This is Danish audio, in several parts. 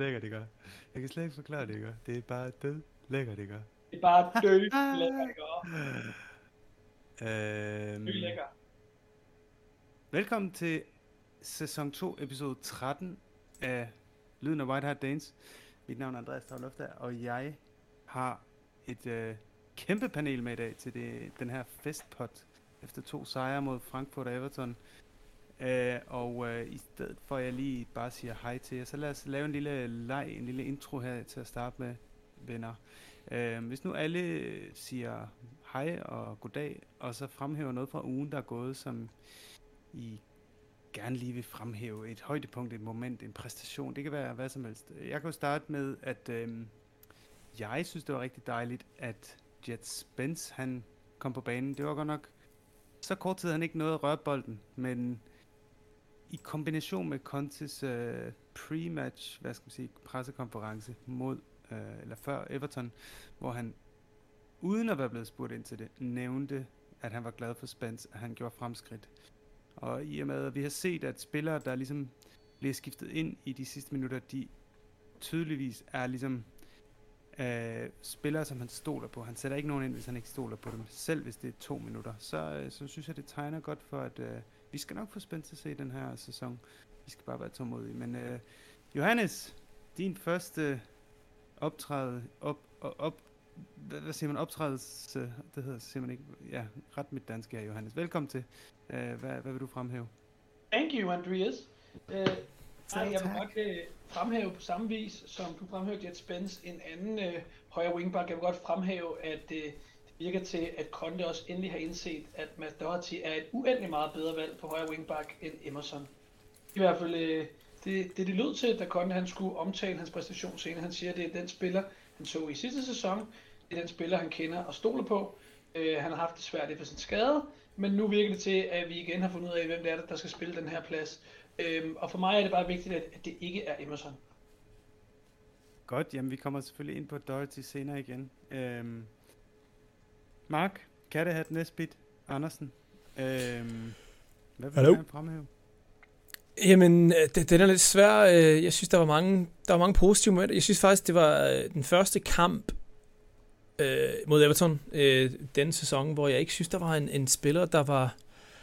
lækkert, ikke? Jeg kan slet ikke forklare det, ikke? Det er bare død lækkert, ikke? Det er bare død lækker, ikke? Død Øhm, lækker. Velkommen til sæson 2, episode 13 af Lyden af White Hart Danes. Mit navn er Andreas Tavlofta, og jeg har et kæmpe panel med i dag til den her festpot efter 2 sejre mod Frankfurt og Everton. I stedet for at jeg lige bare siger hej til jer, så lad os lave en lille intro her til at starte med, venner. Hvis nu alle siger hej og goddag, og så fremhæver noget fra ugen, der er gået, som I gerne lige vil fremhæve, et højdepunkt, et moment, en præstation, det kan være hvad som helst. Jeg kan jo starte med, at jeg synes, det var rigtig dejligt, at Jet Spence, han kom på banen. Det var godt nok så kort tid, han ikke nåede at røre bolden, men i kombination med Contes pre-match, pressekonference mod, eller før Everton, hvor han, uden at være blevet spurgt ind til det, nævnte, at han var glad for Spence, at han gjorde fremskridt. Og i og med, at vi har set, at spillere, der ligesom bliver skiftet ind i de sidste minutter, de tydeligvis er ligesom spillere, som han stoler på. Han sætter ikke nogen ind, hvis han ikke stoler på dem. Selv hvis det er 2 minutter. Så synes jeg, det tegner godt for, at vi skal nok få spændt til at se den her sæson. Vi skal bare være tålmodige. Men Johannes, din første optræden, hvad siger man, optrædelse, det hedder simpelthen ikke, ja, ret mit danske her, Johannes. Velkommen til. Hvad vil du fremhæve? Thank you, Andreas. Jeg vil godt fremhæve på samme vis, som du fremhævede Jet Spence, en anden højre wingback. Jeg vil godt fremhæve, at det virker til, at Conte også endelig har indset, at Matt Doherty er et uendelig meget bedre valg på højre wingback end Emerson. I hvert fald det lød til, da Conte han skulle omtale hans præstation senere. Han siger, at det er den spiller, han så i sidste sæson. Det er den spiller, han kender og stoler på. Han har haft det svært efter sin skade, men nu virker det til, at vi igen har fundet ud af, hvem det er, der skal spille den her plads. Og for mig er det bare vigtigt, at det ikke er Emerson. Godt, jamen vi kommer selvfølgelig ind på Doherty senere igen. Mark, Kattehat, Nesbit, Andersen. Hvad vil du fremhæve? Jamen, den er lidt svær. Jeg synes, der var mange positive momenter. Jeg synes faktisk, det var den første kamp mod Everton denne sæson, hvor jeg ikke synes, der var en spiller, der var,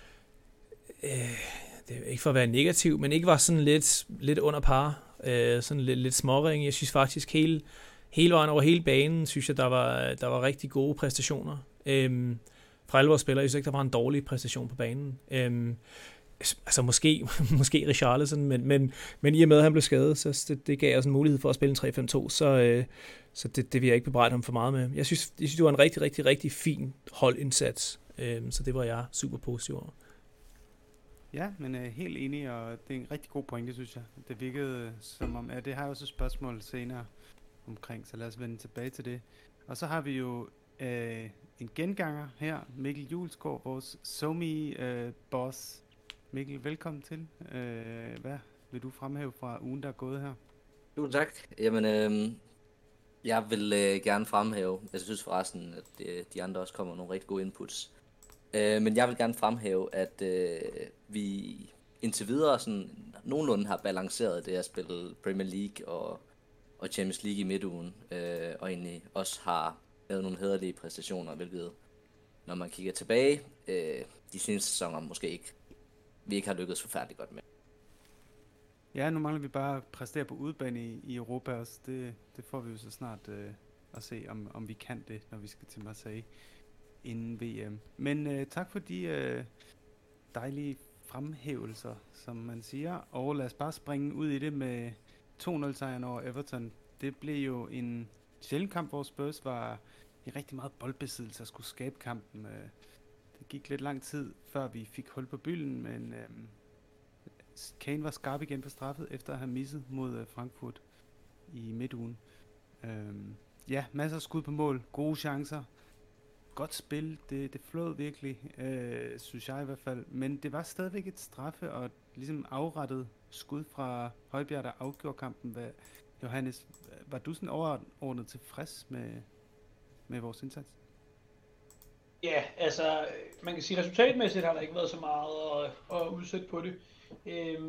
det er ikke for at være negativ, men ikke var sådan lidt under par, sådan lidt småring. Jeg synes faktisk, hele vejen over hele banen, synes jeg, der var rigtig gode præstationer. Fra alle vores spillere, jeg synes ikke, der var en dårlig præstation på banen. Altså måske Richarlison, men i og med, at han blev skadet, så det gav os en mulighed for at spille en 3-5-2, så det vil jeg ikke bebrejde ham for meget med. Jeg synes, det var en rigtig, rigtig, rigtig fin holdindsats, så det var jeg super positiv over. Ja, men helt enig, og det er en rigtig god pointe, synes jeg. Det virkede som om, det har jeg også et spørgsmål senere omkring, så lad os vende tilbage til det. Og så har vi jo en genganger her, Mikkel Julesgaard, vores SoMe-boss. Mikkel, velkommen til. Hvad vil du fremhæve fra ugen, der er gået her? Jo, tak. Jamen, jeg vil gerne fremhæve, jeg synes forresten, at de andre også kommer nogle rigtig gode inputs. Men jeg vil gerne fremhæve, at vi indtil videre sådan nogenlunde har balanceret det at spille Premier League og Champions League i midtugen, og egentlig også har lavet nogle hæderlige præstationer, hvilket, når man kigger tilbage, de seneste sæsoner måske vi ikke har lykkedes forfærdeligt godt med. Ja, nu mangler vi bare at præstere på udebane i Europa også. Det får vi jo så snart at se, om vi kan det, når vi skal til Marseille inden VM. Men tak for de dejlige fremhævelser, som man siger. Og lad os bare springe ud i det med 2-0-sejren over Everton. Det blev jo en sjælden kamp, hvor Spurs var i rigtig meget boldbesiddelse og skulle skabe kampen. Det gik lidt lang tid, før vi fik hul på bylden, men Kane var skarp igen på straffet, efter at have misset mod Frankfurt i midtugen. Ja, masser af skud på mål, gode chancer, godt spil, det flød virkelig, synes jeg i hvert fald, men det var stadigvæk et straffe og ligesom afrettet skud fra Højbjerg, der afgjorde kampen. Johannes, var du sådan overordnet tilfreds med vores indsats? Ja, altså man kan sige, resultatmæssigt har der ikke været så meget at udsætte på det.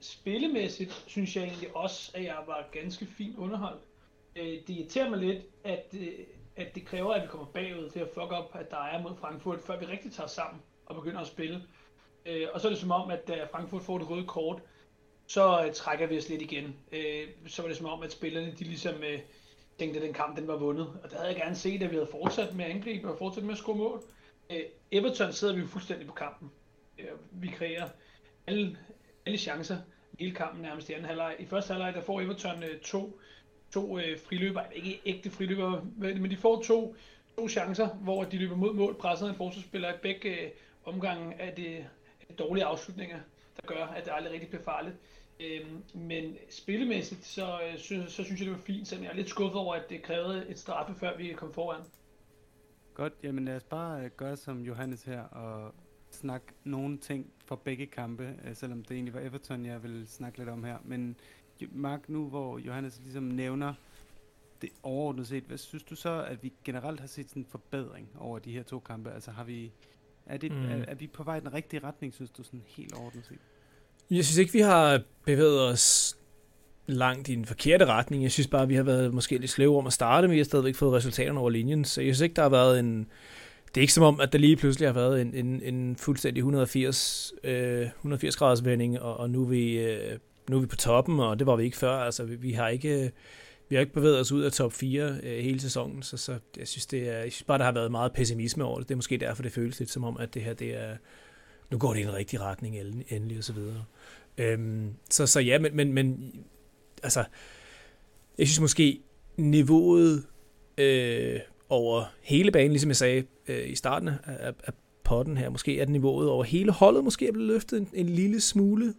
spillemæssigt synes jeg egentlig også, at jeg var ganske fint underholdt. Det irriterer mig lidt, at det kræver, at vi kommer bagud til at fuck op, at der er mod Frankfurt, før vi rigtig tager sammen og begynder at spille. Og så er det som om, at da Frankfurt får det røde kort, så trækker vi os lidt igen. Så var det som om, at spillerne de ligesom tænkte, at den kamp den var vundet. Og der havde jeg gerne set, at vi havde fortsat med at angribe og fortsat med at score mål. Everton sidder vi jo fuldstændig på kampen. Vi kreerer alle chancer i hele kampen nærmest i anden halvleg. I første halvleg der får Everton to friløber, ikke ægte friløber, men de får to chancer, hvor de løber mod mål, presset en forsvarsspiller i begge omgange af det dårlige afslutninger, der gør, at det aldrig rigtig bliver farligt. Men spillemæssigt, så synes jeg, det var fint, så jeg er lidt skuffet over, at det krævede et straffe, før vi kom foran. Godt, jamen lad os bare gøre som Johannes her, og snakke nogle ting for begge kampe, selvom det egentlig var Everton, jeg vil snakke lidt om her. Men Mark, nu hvor Johannes ligesom nævner det overordnet set, hvad synes du så, at vi generelt har set sådan en forbedring over de her to kampe? Altså er vi på vej i den rigtige retning, synes du, sådan helt overordnet set? Jeg synes ikke, vi har bevæget os langt i den forkerte retning. Jeg synes bare, vi har været måske lidt sløve om at starte, men vi har stadigvæk fået resultaterne over linjen. Så jeg synes ikke, der har været en... Det er ikke som om, at der lige pludselig har været en fuldstændig 180 graders vending, og nu er vi på toppen, og det var vi ikke før. Altså, vi har ikke bevæget os ud af top 4 hele sæsonen, så jeg synes bare, der har været meget pessimisme over det. Det er måske derfor, det føles lidt som om, at det her, det er... Nu går det i en rigtig retning endelig, og så videre. Så ja, men altså, jeg synes måske, niveauet over hele banen, ligesom jeg sagde i starten af podden her, måske at niveauet over hele holdet måske er blevet løftet en lille smule.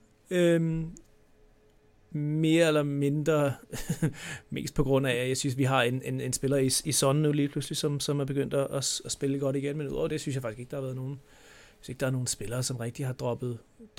Mere eller mindre, mest på grund af, at jeg synes, vi har en spiller i Son nu lige pludselig, som er begyndt at spille godt igen, men udover det synes jeg faktisk ikke, der har været nogen. Jeg synes ikke, der er nogen spillere, som rigtig har droppet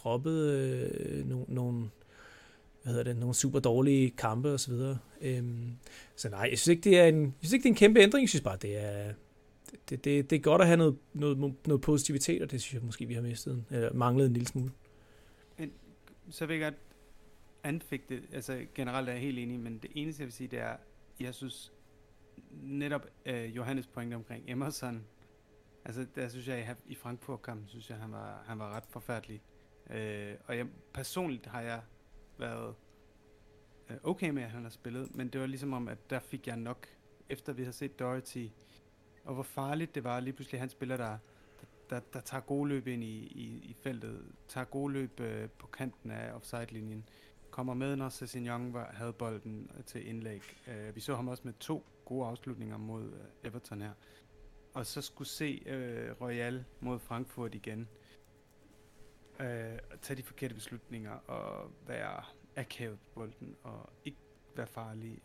nogle super dårlige kampe og så videre. Så nej, jeg synes ikke, det er en kæmpe ændring. Jeg synes bare, det er godt at have noget positivitet, og det synes jeg måske, vi har manglet en lille smule. Så vil jeg godt anfægte, altså generelt er jeg helt enig, men det eneste, jeg vil sige, det er, jeg synes netop Johannes pointe omkring Emerson, altså der synes jeg, i Frankfurt-kampen, synes jeg, han var ret forfærdelig. Og personligt har jeg været okay med, at han har spillet, men det var ligesom om, at der fik jeg nok, efter vi har set Doherty, og hvor farligt det var, lige pludselig han spiller, der tager gode løb ind i feltet, tager gode løb på kanten af offside-linjen, kommer med, når Sessegnon havde bolden til indlæg. Vi så ham også med 2 gode afslutninger mod Everton her. Og så skulle se Royal mod Frankfurt igen. Tage de forkerte beslutninger og være akavet på bolden og ikke være farlig.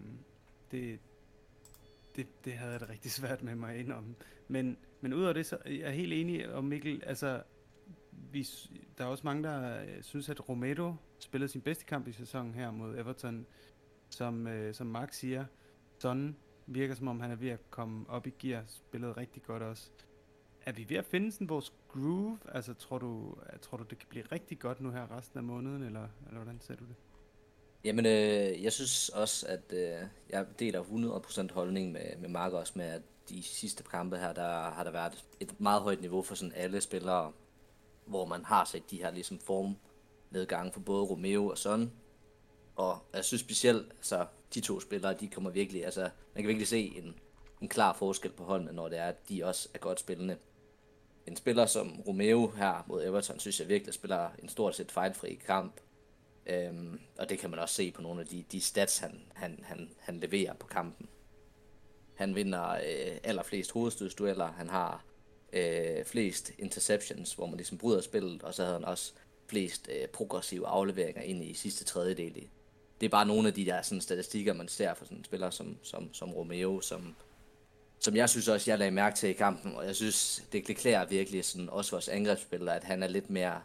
Det havde jeg det rigtig svært med mig indom. Men ud af det, så er jeg helt enig om Mikkel. Altså, der er også mange, der synes, at Romero spillede sin bedste kamp i sæsonen her mod Everton. Som Mark siger, Son virker som om han er ved at komme op i gear, spillede rigtig godt også. Er vi ved at finde sådan vores groove? Altså tror du det kan blive rigtig godt nu her resten af måneden, eller hvordan ser du det? Jamen, jeg synes også, at jeg deler 100% holdning med Mark også med, at de sidste kampe her, der har der været et meget højt niveau for sådan alle spillere, hvor man har set de her ligesom formnedgange for både Romeo og Son. Og jeg synes specielt, altså de 2 spillere, de kommer virkelig, altså man kan virkelig se en klar forskel på holdene, når det er, at de også er godt spillende. En spiller som Romeo her mod Everton, synes jeg virkelig spiller en stort set fejlfri kamp. Og det kan man også se på nogle af de stats, han leverer på kampen. Han vinder allerflest hovedstødsdueller, han har flest interceptions, hvor man ligesom bryder spillet, og så havde han også flest progressive afleveringer ind i sidste tredjedel. Det er bare nogle af de der sådan, statistikker, man ser for sådan en spiller som Romeo, som jeg synes også, jeg lagde mærke til i kampen, og jeg synes, det klæder virkelig sådan, også vores angrebsspiller, at han er lidt mere,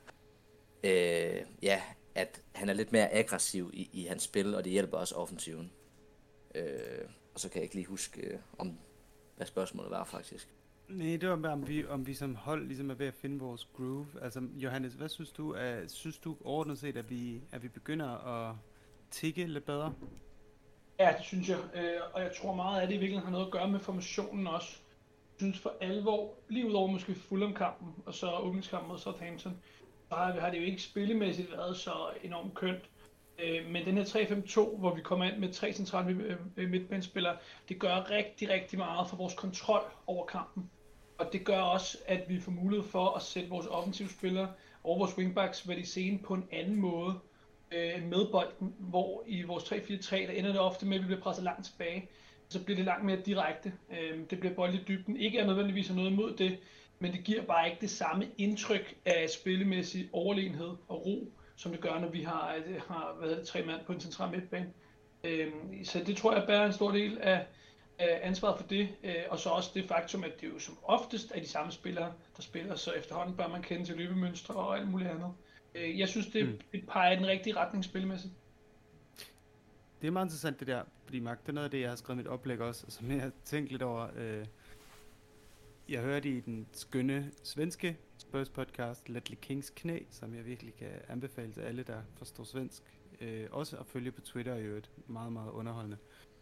at han er lidt mere aggressiv i hans spil, og det hjælper også offensiven. Og så kan jeg ikke lige huske, hvad spørgsmålet var faktisk. Nej, det var bare, om vi som hold ligesom er ved at finde vores groove. Altså, Johannes, hvad synes du? Synes du overordnet set, at vi begynder at tikke lidt bedre? Ja, det synes jeg. Og jeg tror meget af det i virkeligheden har noget at gøre med formationen også. Jeg synes for alvor, lige udover måske Fulham-kampen, og så åbningskampen mod Southampton, så har det jo ikke spillemæssigt været så enormt kønt. Men den her 3-5-2, hvor vi kommer ind med 3 centrale midtbanespillere, det gør rigtig, rigtig meget for vores kontrol over kampen. Og det gør også, at vi får mulighed for at sætte vores offensivspillere og vores wingbacks ved de scene på en anden måde med bolden, hvor i vores 3-4-3, der ender det ofte med, at vi bliver presset langt tilbage. Så bliver det langt mere direkte. Det bliver bold i dybden. Ikke er nødvendigvis noget imod det, men det giver bare ikke det samme indtryk af spillemæssig overlegenhed og ro, som det gør, når vi har 3 mand på en central midtbane. Så det tror jeg bærer en stor del af ansvaret for det, og så også det faktum, at det jo som oftest er de samme spillere, der spiller, så efterhånden bør man kende til løbemønstre og alt muligt andet. Jeg synes, det peger i den rigtige retning spillemæssigt. Det er meget interessant det der, fordi Mark, det er noget af det, jeg har skrevet mit oplæg også, og som jeg har tænkt lidt over. Jeg hørte i den skønne svenske Spurs podcast, Ledley Kings Knæ, som jeg virkelig kan anbefale til alle, der forstår svensk. Også at følge på Twitter i øvrigt. Meget, meget underholdende.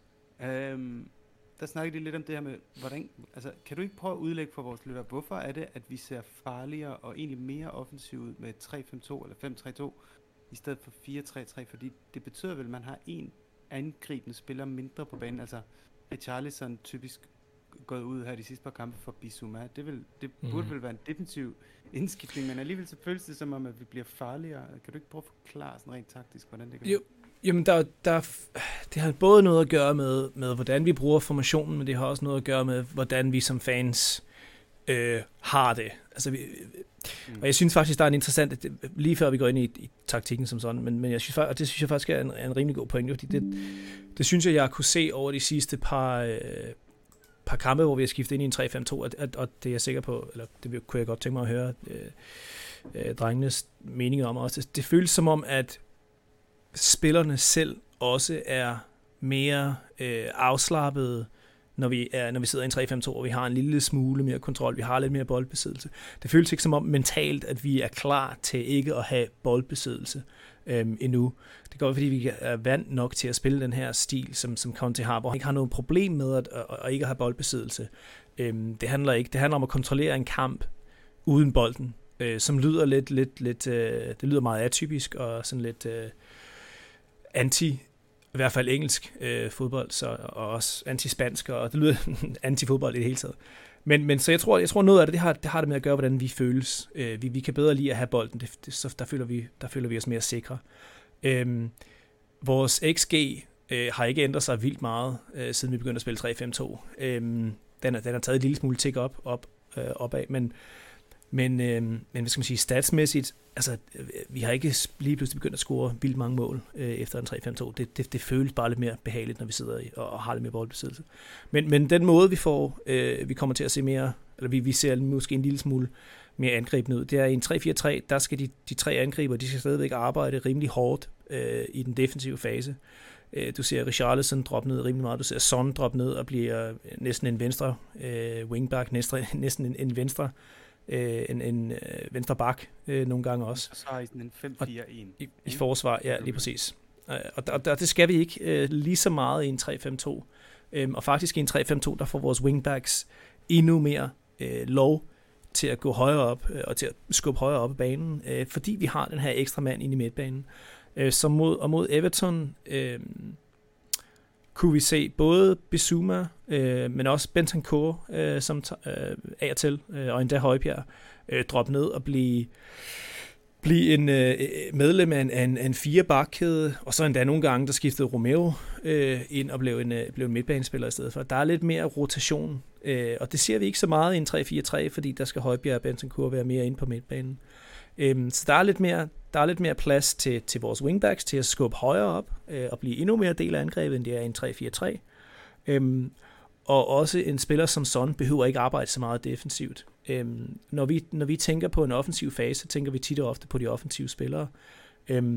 Der snakkede de lidt om det her med, hvordan, altså, kan du ikke prøve at udlægge for vores lytter, hvorfor er det, at vi ser farligere og egentlig mere offensivt ud med 3-5-2 eller 5-3-2, i stedet for 4-3-3, fordi det betyder vel, at man har en angribende spiller mindre på banen, altså Richarlison typisk gået ud her de sidste par kampe for Bissouma. Det burde vel være en defensiv indskiftning, men alligevel så føles det som om, at vi bliver farligere. Kan du ikke prøve at forklare sådan rent taktisk, hvordan det gør? Jo, jamen det har både noget at gøre med, hvordan vi bruger formationen, men det har også noget at gøre med, hvordan vi som fans har det. Altså, og jeg synes faktisk, der er en interessant, lige før vi går ind i taktikken som sådan, men jeg synes, og det synes jeg faktisk er en rimelig god pointe, fordi det synes jeg kunne se over de sidste par kampe, hvor vi har skiftet ind i en 3-5-2, og det er jeg sikker på, eller det kunne jeg godt tænke mig at høre drengenes mening om også. Det føles som om, at spillerne selv også er mere afslappede, når vi sidder i en 3-5-2, og vi har en lille smule mere kontrol, vi har lidt mere boldbesiddelse. Det føles ikke som om mentalt, at vi er klar til ikke at have boldbesiddelse endnu. Det går fordi vi er vant nok til at spille den her stil, som Conte har, hvor han ikke har noget problem med at ikke have boldbesiddelse. Det handler om at kontrollere en kamp uden bolden, som lyder lidt det lyder meget atypisk og sådan lidt i hvert fald engelsk fodbold, og også anti-spansk, og det lyder anti-fodbold i det hele taget. Men så jeg tror noget af det har det med at gøre, hvordan vi føles. Vi kan bedre lide at have bolden, så der føler vi os mere sikre. Vores XG har ikke ændret sig vildt meget, siden vi begyndte at spille 3-5-2. Den har taget et lille smule tick opad, men hvad skal man sige, statsmæssigt, altså vi har ikke lige pludselig begyndt at score vildt mange mål efter en 3-5-2. Det føles bare lidt mere behageligt, når vi sidder og har lidt mere boldbesiddelse. Men den måde vi kommer til at se mere, eller vi ser måske en lille smule mere angribende ud, det er i en 3-4-3, der skal de 3 angriber, de skal stadigvæk arbejde rimelig hårdt i den defensive fase. Du ser Richarlison droppe ned rimelig meget, du ser Son droppe ned og bliver næsten en venstre wingback, næsten en venstre en venstre bak nogle gange også. Og så har I sådan en 5-4-1. I forsvar, ja, lige præcis. Og det skal vi ikke lige så meget i en 3-5-2. Og faktisk i en 3-5-2, der får vores wingbacks endnu mere lov til at gå højere op, og til at skubbe højere op i banen, fordi vi har den her ekstra mand inde i midtbanen. Så mod Everton kunne vi se både Bissouma, men også Bentancur, som af og til, og endda Højbjerg, droppe ned og blive en medlem af en 4-bakkæde, og så endda nogle gange, der skiftede Romeo ind og blev en midtbanespiller i stedet for. Der er lidt mere rotation, og det ser vi ikke så meget i en 3-4-3, fordi der skal Højbjerg og Bentancur være mere inde på midtbanen. Så der er lidt mere plads til vores wingbacks til at skubbe højere op og blive endnu mere del af angrebet, end det er i en 3-4-3. Og også en spiller som Son behøver ikke arbejde så meget defensivt. Når vi tænker på en offensiv fase, tænker vi tit og ofte på de offensive spillere.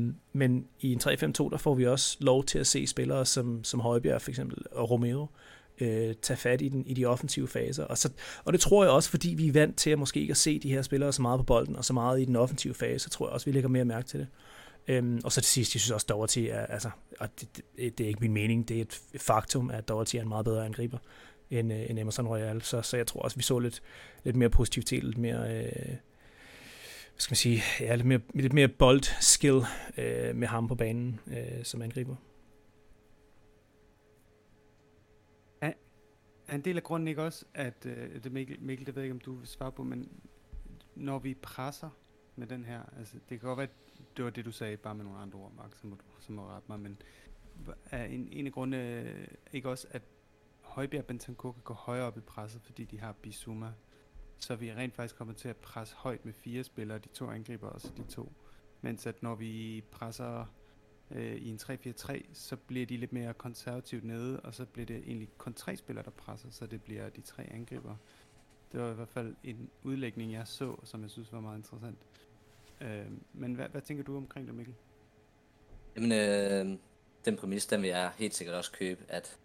Men i en 3-5-2, der får vi også lov til at se spillere som Højbjerg for eksempel, og Romeo tage fat i de offensive faser. Og det tror jeg også, fordi vi er vant til at måske ikke at se de her spillere så meget på bolden, og så meget i den offensive fase, så tror jeg også, vi lægger mere mærke til det. Og så til sidst, jeg synes også, Doherty er, altså, og det er ikke min mening, det er et faktum, at Doherty er en meget bedre angriber end Emerson Royal, så jeg tror også, vi så lidt mere positivitet, lidt mere, hvad skal man sige, ja, lidt mere bold-skill med ham på banen som angriber. Er en del af grunden ikke også, at det Mikkel, det ved jeg ikke, om du vil svare på, men når vi presser med den her, altså det kan godt være, det var det, du sagde, bare med nogle andre ord, Mark, så må rette mig, men er en af grundene ikke også, at Højbjerg og Bentancur kan gå højere op i presset, fordi de har Bissouma, så vi rent faktisk kommer til at presse højt med 4 spillere, de 2 angriber og så de 2, mens at når vi presser i en 3-4-3, så bliver de lidt mere konservativt nede, og så bliver det egentlig kun 3 spillere, der presser, så det bliver de 3 angriber. Det var i hvert fald en udlægning, jeg så, som jeg synes var meget interessant. Men hvad tænker du omkring det, Mikkel? Jamen, den præmis, den vil jeg helt sikkert også købe,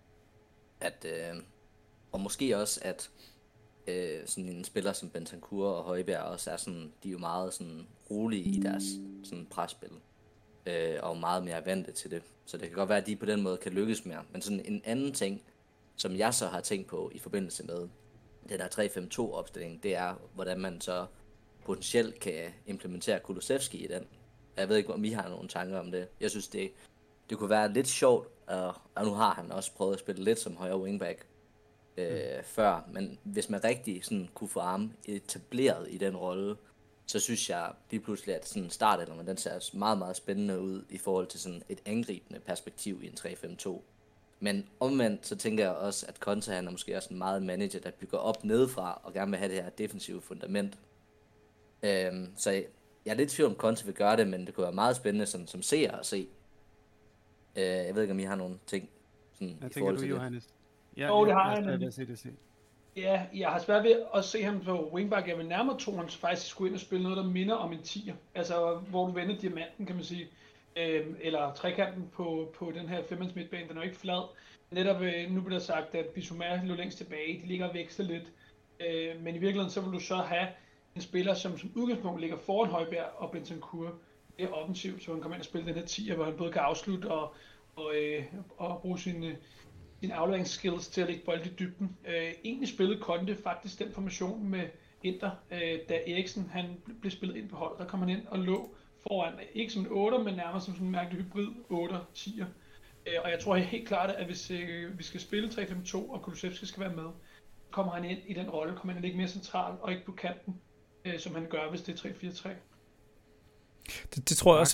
og måske også, at sådan en spiller som Bentancur og Højbjerg også er sådan, de er jo meget sådan rolige i deres sådan presspil, og meget mere vante til det. Så det kan godt være, at de på den måde kan lykkes mere. Men sådan en anden ting, som jeg så har tænkt på i forbindelse med den der 3-5-2 opstilling, det er, hvordan man så potentielt kan implementere Kulusevski i den. Jeg ved ikke, om I har nogle tanker om det. Jeg synes, det kunne være lidt sjovt, og nu har han også prøvet at spille lidt som højre wingback før, men hvis man rigtig sådan kunne få ham etableret i den rolle, så synes jeg lige pludselig, at sådan startelveren, den ser meget, meget spændende ud i forhold til sådan et angribende perspektiv i en 3-5-2. Men omvendt, så tænker jeg også, at Conte, han er måske også en meget manager, der bygger op nedefra og gerne vil have det her defensive fundament. Så jeg er lidt i tvivl om Conte vil gøre det, men det kunne være meget spændende som seer at se. Jeg ved ikke, om I har nogle ting sådan, i forhold til det. Johannes? Ja, det har jeg. Ja, jeg har svært ved at se ham på wingback. Jeg vil nærmere tro, han faktisk skulle ind og spille noget, der minder om en 10'er. Altså, hvor du vender diamanten, kan man sige. Eller trekanten på den her 5-mands midtbane. Den er jo ikke flad. Netop nu bliver der sagt, at Bissouma lå længst tilbage. De ligger og veksler lidt. Men i virkeligheden, så vil du så have en spiller, som udgangspunkt ligger foran Højbjerg og Bentancur. Det er offensivt, så han kommer ind og spille den her 10'er, hvor han både kan afslutte og bruge sine afleveringsskills til at lægge bold i dybden. Egentlig spillede Conte faktisk den formation med Inter, da Eriksen han blev spillet ind på hold. Der kom han ind og lå foran, ikke som en 8'er, men nærmere som sådan en mærkelig hybrid 8'er-10'er. Og jeg tror helt klart, at hvis vi skal spille 3-5-2, og Kulusevski skal være med, kommer han ind i den rolle, kommer han ind og ligge mere centralt, og ikke på kanten, som han gør, hvis det er 3-4-3. Det tror jeg også.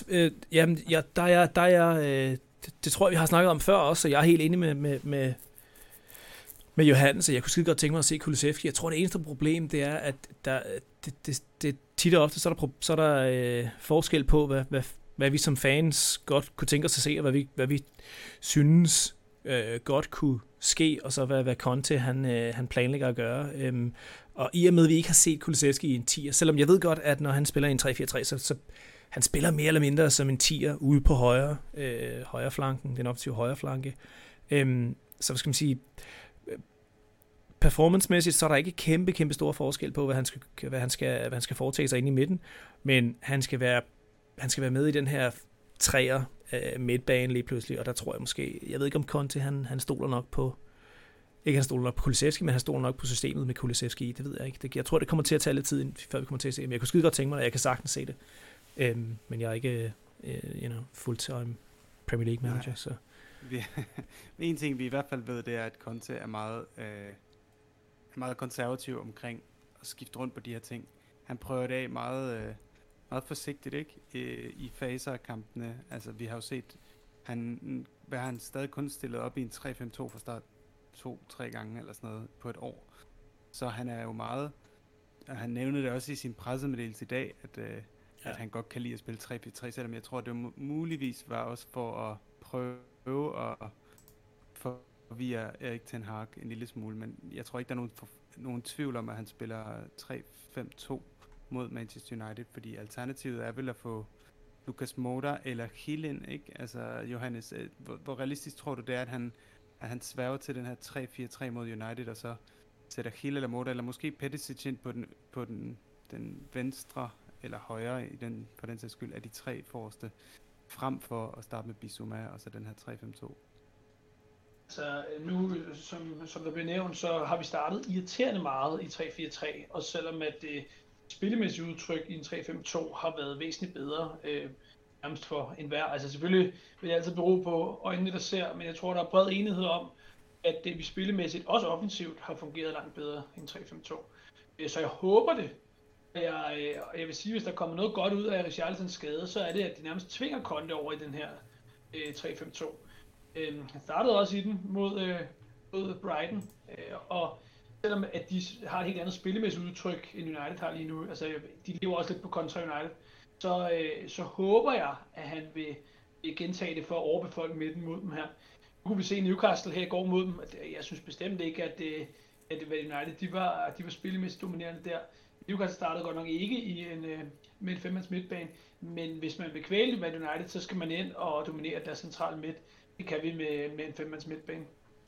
Det tror jeg, vi har snakket om før også, så jeg er helt enig med Johannes, så jeg kunne skide godt tænke mig at se Kulusevski. Jeg tror, det eneste problem, det er, at det tit og ofte, så er der forskel på, hvad vi som fans godt kunne tænke os at se, og hvad vi synes godt kunne ske, og så hvad Conte han planlægger at gøre. Og i og med, at vi ikke har set Kulusevski i en 10'er, selvom jeg ved godt, at når han spiller i en 3-4-3, så han spiller mere eller mindre som en 10'er ude på højre flanken, den offensive højre flanke. Så hvad skal man sige, performance-mæssigt, så er der ikke kæmpe store forskel på, hvad han skal foretage sig inde i midten, men han skal være med i den her træer midtbane lige pludselig, og der tror jeg måske, jeg ved ikke om Conte, han stoler nok på, ikke han stoler nok på Kulusevski, men han stoler nok på systemet med Kulusevski, det ved jeg ikke. Jeg tror, det kommer til at tage lidt tid, før vi kommer til at se det, men jeg kunne skide godt tænke mig, at jeg kan sagtens se det. Men jeg er ikke full-time Premier League manager, så. En ting vi i hvert fald ved, det er, at Conte er meget konservativ omkring at skifte rundt på de her ting. Han prøver det af meget forsigtigt, ikke? I faser af kampene. Altså, vi har jo set, hvad han stadig kun stillet op i en 3-5-2 fra start 2-3 gange eller sådan noget på et år. Så han er jo meget, og han nævnte det også i sin pressemeddelelse i dag, at han godt kan lide at spille 3-4-3, selvom jeg tror, det muligvis var også for at prøve at forvirre Erik Ten Hag en lille smule, men jeg tror ikke, der er nogen tvivl om, at han spiller 3-5-2 mod Manchester United, fordi alternativet er vel at få Lucas Moura eller Hill ind, ikke? Altså, Johannes, hvor realistisk tror du det er, at han at han sværger til den her 3-4-3 mod United, og så sætter Gil eller Mota, eller måske Pettisic ind på den venstre eller højre, for den sags skyld, af de 3 forreste, frem for at starte med Bissouma og så den her 3-5-2. Så nu, som der blev nævnt, så har vi startet irriterende meget i 3-4-3, og selvom at det spillemæssige udtryk i en 3-5-2 har været væsentligt bedre, nærmest for enhver. Altså selvfølgelig vil jeg altid bero på øjnene, der ser, men jeg tror, der er bred enighed om, at det vi spillemæssigt, også offensivt, har fungeret langt bedre end 3-5-2. Så jeg håber det. Jeg vil sige, hvis der kommer noget godt ud af Richarlisons skade, så er det, at de nærmest tvinger Conte over i den her 3-5-2. Han startede også i den mod Brighton, og selvom at de har et helt andet spillemæssigt udtryk, end United har lige nu, altså de lever også lidt på kontra United, så håber jeg, at han vil gentage det for at overbefolke midten mod dem her. Nu kunne vi se Newcastle her i går mod dem, jeg synes bestemt ikke, at United de var spillemæssigt dominerende der. Newcastle startede godt nok ikke med en 5-mands midtbane, men hvis man vil kvæle med United, så skal man ind og dominere deres centrale midt. Det kan vi med en 5-mands midtbane.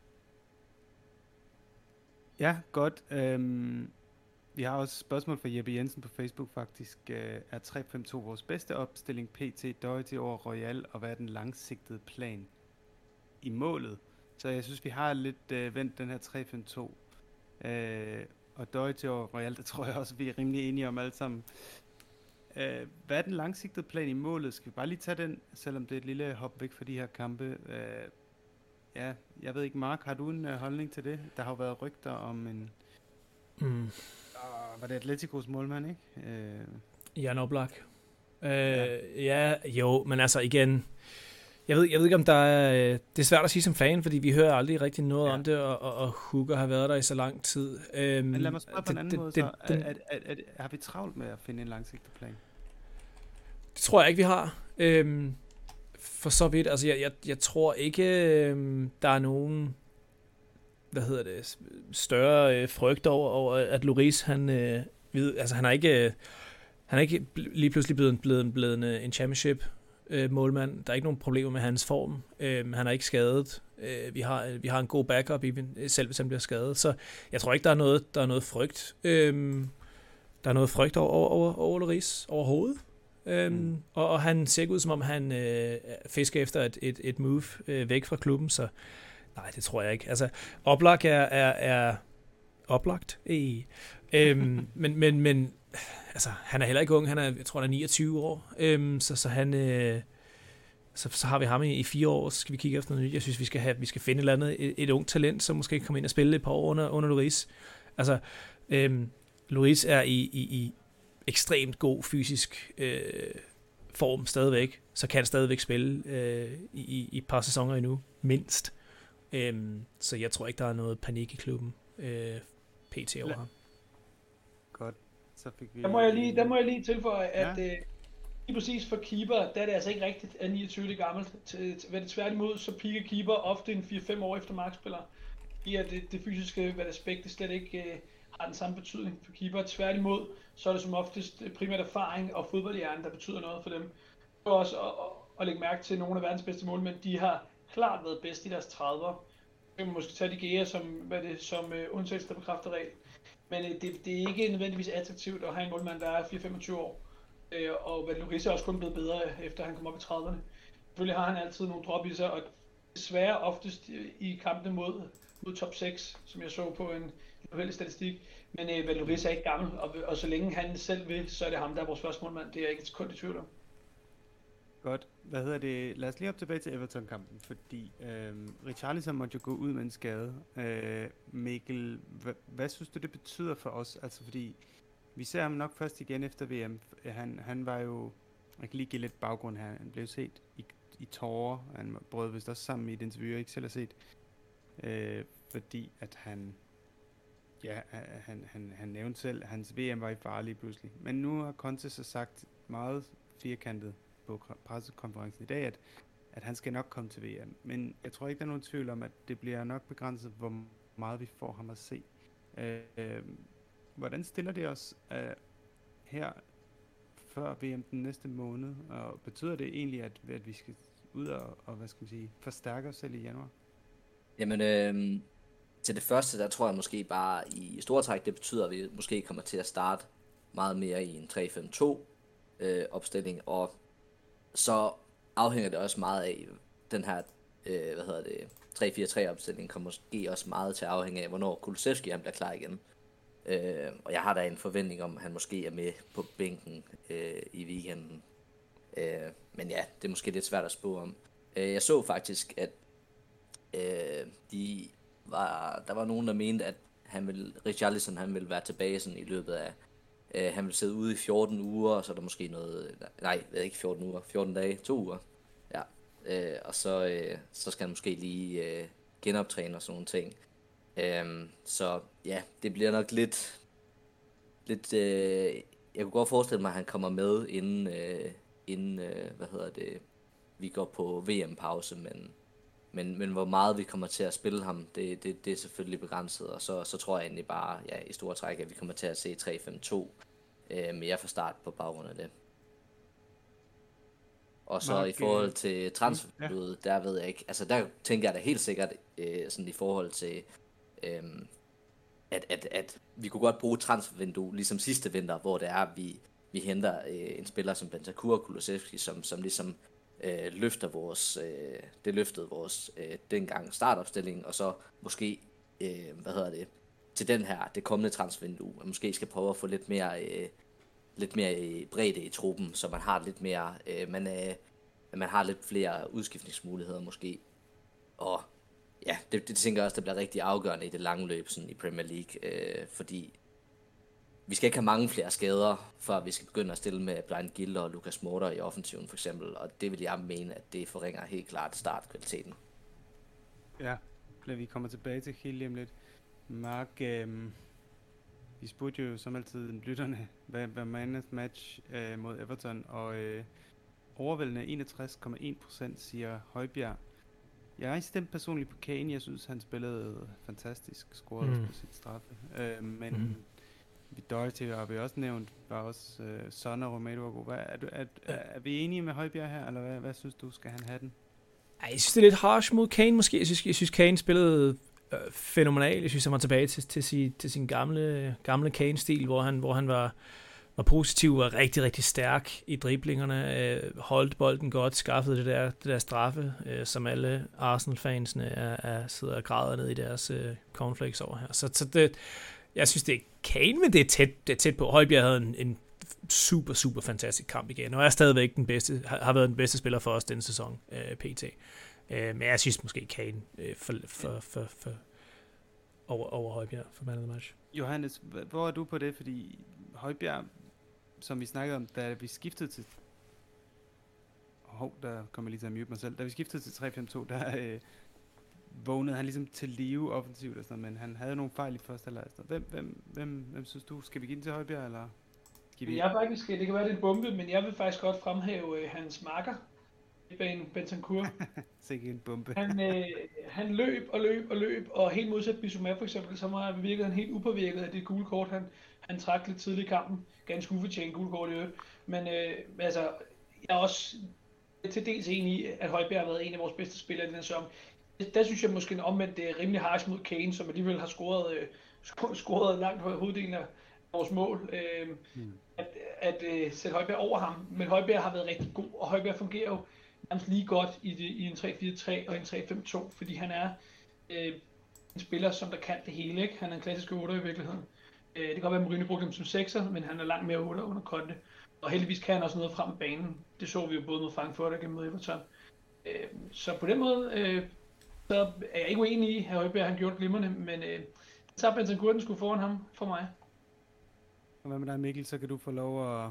Ja, godt. Vi har også et spørgsmål fra Jeppe Jensen på Facebook faktisk. Er 3-5-2 vores bedste opstilling PT Doherty over Royal, og hvad er den langsigtede plan i målet? Så jeg synes, vi har lidt vendt den her 3-5-2. Og Doherty over Royal, det tror jeg også, vi er rimelig enige om alle sammen. Hvad er den langsigtede plan i målet? Skal vi bare lige tage den, selvom det er et lille hop væk fra de her kampe? Ja, jeg ved ikke, Mark, har du en holdning til det? Der har jo været rygter om en... var det Atleticos målmand, ikke? Jan Oblak. Ja, jo, men altså igen... Jeg ved ikke, om der er... Det er svært at sige som fan, fordi vi hører aldrig rigtig noget om det, og Hooker har været der i så lang tid. Men lad mig spørge på en anden måde, så. Har vi travlt med at finde en langsigtet plan? Det tror jeg ikke, vi har. For så vidt, altså jeg tror ikke, der er nogen, større frygt over at Lloris, han er ikke lige pludselig blevet en championship målmand. Der er ikke nogen problemer med hans form. Han er ikke skadet. Vi har en god backup, selv hvis han bliver skadet. Så jeg tror ikke, der er noget frygt. Der er noget frygt over Lloris overhovedet. Og han ser ud, som om han fisker efter et move væk fra klubben, så nej, det tror jeg ikke. Altså, Oblak er oplagt. Men altså, han er heller ikke ung. Jeg tror, han er 29 år. Så han... Så har vi ham i 4 år, så skal vi kigge efter noget nyt. Jeg synes, vi skal finde et eller andet, et ungt talent, som måske kan komme ind og spille et par år under Lloris. Altså, Lloris er i ekstremt god fysisk form stadigvæk, så kan han stadigvæk spille i et par sæsoner endnu, mindst. Så jeg tror ikke, der er noget panik i klubben pt. over ham. Godt, så fik vi... Der må jeg lige tilføje, at lige præcis for keeper, der er det altså ikke rigtigt, at 29 er gammelt. Tværtimod, så piker keeper ofte en 4-5 år efter markspiller. Det fysiske aspekt, det slet ikke har den samme betydning for keeper. Tværtimod, så er det som oftest primært erfaring og fodboldhjernen, der betyder noget for dem. Og også at lægge mærke til, at nogle af verdens bedste målmænd, de har klart været bedst i deres 30'er. Vi må måske tage de gære som undtagelse, der bekræfter regel. Men det er ikke nødvendigvis attraktivt at have en målmand, der er 4-25 år. Og Lloris er også kun blevet bedre, efter han kom op i 30'erne. Selvfølgelig har han altid nogle drop i sig, og desværre oftest i kampene mod top 6, som jeg så på en uheldig statistik. Men Lloris er ikke gammel, og så længe han selv vil, så er det ham, der er vores første målmand. Det er jeg ikke et sekund i tvivl om. Godt. Lad os lige op tilbage til Everton-kampen, fordi Richarlison måtte jo gå ud med en skade. Mikkel, hvad synes du, det betyder for os? Altså fordi, vi ser ham nok først igen efter VM. Han var jo, jeg kan lige give lidt baggrund her, han blev set i tårer. Han brød vist også sammen i et interview, jeg ikke selv har set. Fordi at han nævnte selv, at hans VM var i fare lige pludselig. Men nu har Conte så sagt meget firkantet på pressekonferencen i dag, at han skal nok komme til VM. Men jeg tror ikke, der er nogen tvivl om, at det bliver nok begrænset, hvor meget vi får ham at se. Hvordan stiller det os her før VM den næste måned? Og betyder det egentlig, at vi skal ud og hvad skal man sige, forstærke os selv i januar? Jamen, til det første, der tror jeg måske bare i store træk, det betyder, at vi måske kommer til at starte meget mere i en 3-5-2 opstilling, og så afhænger det også meget af den her, 3-4-3 opstilling kommer måske også meget til at afhænge af, hvornår Kulusevski han bliver klar igen. Og jeg har da en forventning om, at han måske er med på bænken i weekenden. Men ja, det er måske lidt svært at spå om. Jeg så faktisk, at der var nogen, der mente, at Richarlison han ville være tilbage sådan i løbet af, han ville sidde ude i 14 uger, og så er der måske noget, nej, ikke 14 uger, 14 dage, 2 uger. Ja, og så skal han måske lige genoptræne og sådan nogle ting. Så ja, det bliver nok lidt jeg kunne godt forestille mig, at han kommer med inden vi går på VM-pause, men hvor meget vi kommer til at spille ham, det er selvfølgelig begrænset, og så tror jeg egentlig bare, ja, i store træk, at vi kommer til at se 3-5-2 mere fra start på baggrund af det. Og så i forhold til transfervinduet, der ved jeg ikke, altså der tænker jeg da helt sikkert, sådan i forhold til, at vi kunne godt bruge transfervindue, ligesom sidste vinter, hvor det er, at vi henter en spiller som Bentancur og Kulusevski, som ligesom løftede vores dengang startopstilling, og så måske, til den her, det kommende transfervindue, at måske skal prøve at få lidt mere bredde i truppen, så man har lidt mere, man har lidt flere udskiftningsmuligheder måske. Og ja, det tænker jeg også, det bliver rigtig afgørende i det lange løb sådan i Premier League, fordi vi skal ikke have mange flere skader, før vi skal begynde at stille med Bryan Gil og Lucas Moura i offensiven for eksempel, og det vil jeg mene, at det forringer helt klart startkvaliteten. Ja, vi kommer tilbage til helt lige om lidt. Mark, vi spurgte jo som altid lytterne, hvad mandens match mod Everton, og overvældende 61,1% siger Højbjerg. Jeg stemte personligt på Kane. Jeg synes, han spillede fantastisk, scorede også på sit straffe. Men Doherty har vi også nævnt, var også Son og Romero var god. Er vi enige med Højbjerg her, eller hvad synes du, skal han have den? Ej, jeg synes, det er lidt harsh mod Kane måske. Jeg synes Kane spillede fænomenalt. Jeg synes, han var tilbage til sin gamle Kane-stil, hvor han var positiv og rigtig, rigtig stærk i driblingerne, holdt bolden godt, skaffede det der straffe, som alle Arsenal-fansene sidder og græder ned i deres cornflakes over her. Så det, jeg synes, det er Kane, men det er tæt på. Højbjerg havde en super, super fantastisk kamp igen, og er stadigvæk har været den bedste spiller for os denne sæson, pt. Men jeg synes måske Kane over Højbjerg for man of the match. Johannes, hvor er du på det? Fordi Højbjerg, som vi snakkede om, da vi skiftede til... der kommer jeg lige til at mute mig selv. Da vi skiftede til 3-5-2, der vågnede han ligesom til live offensivt og sådan, men han havde nogle fejl i første halvleg. Hvem synes du? Skal vi give den til Højbjerg, eller? Jeg faktisk, det kan være, det er en bombe, men jeg vil faktisk godt fremhæve hans marker, Bentancur. Sikke en bombe. Han løb, og helt modsat Bissouma for eksempel, så virkede han helt upåvirket af det gule kort, han trak lidt tidligt i kampen. Ganske ufortjent gule kort i øvrigt. Men altså, jeg er også til dels enig i, at Højbjerg har været en af vores bedste spillere i den sæson. Der synes jeg måske omvendt, det er rimelig harsh mod Kane, som alligevel har scoret langt hoveddelen af vores mål. At sætte Højbjerg over ham. Men Højbjerg har været rigtig god, og Højbjerg fungerer jo nærmest lige godt i en 3-4-3 og en 3-5-2, fordi han er en spiller, som der kan det hele, ikke? Han er en klassisk 8'er i virkeligheden. Det kan godt være, at Mourinho brugte ham som 6'er, men han er langt mere 8'er under Conte. Og heldigvis kan han også noget frem på banen. Det så vi jo både mod Frankfurt og gennem Everton. Så på den måde, så er jeg ikke uenig i, at Højbjerg han gjort glimrende, men så Bentancur den skulle foran ham for mig. Og hvad med dig, Mikkel, så kan du få lov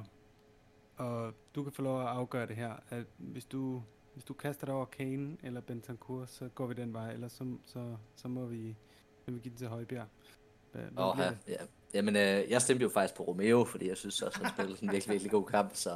at afgøre det her. At hvis du kaster dig over Kane eller Bentancur, så går vi den vej, eller så må vi give den til Højbjerg. Ja. Jamen, jeg stemte jo faktisk på Romeo, fordi jeg synes også, han spillede en virkelig, virkelig god kamp, så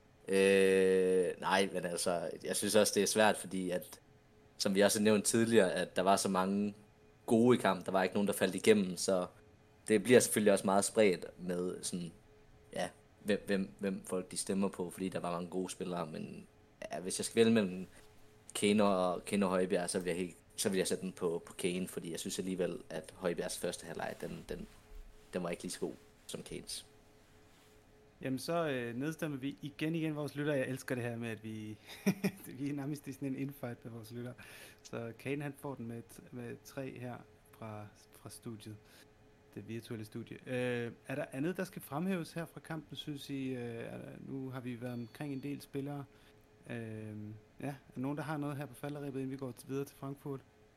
nej, men altså, jeg synes også, det er svært, fordi at, som vi også har nævnt tidligere, at der var så mange gode i kamp, der var ikke nogen, der faldt igennem, så det bliver selvfølgelig også meget spredt med sådan, ja, hvem folk de stemmer på, fordi der var mange gode spillere, men ja, hvis jeg skal vælge mellem Kane og Højbjerg, så vil jeg helt så vil jeg sætte den på Kane, fordi jeg synes alligevel, at Højbjergs første halvleg, den var ikke lige så god som Kanes. Jamen så nedstemmer vi igen vores lytter. Jeg elsker det her med, at vi vi er nærmest i sådan en infight med vores lytter. Så Kane han får den med 3 her fra studiet. Det virtuelle studie. Er der andet, der skal fremhæves her fra kampen, synes I? Nu har vi været omkring en del spillere. Ja, er der nogen, der har noget her på falderebet, inden vi går videre til Frankfurt?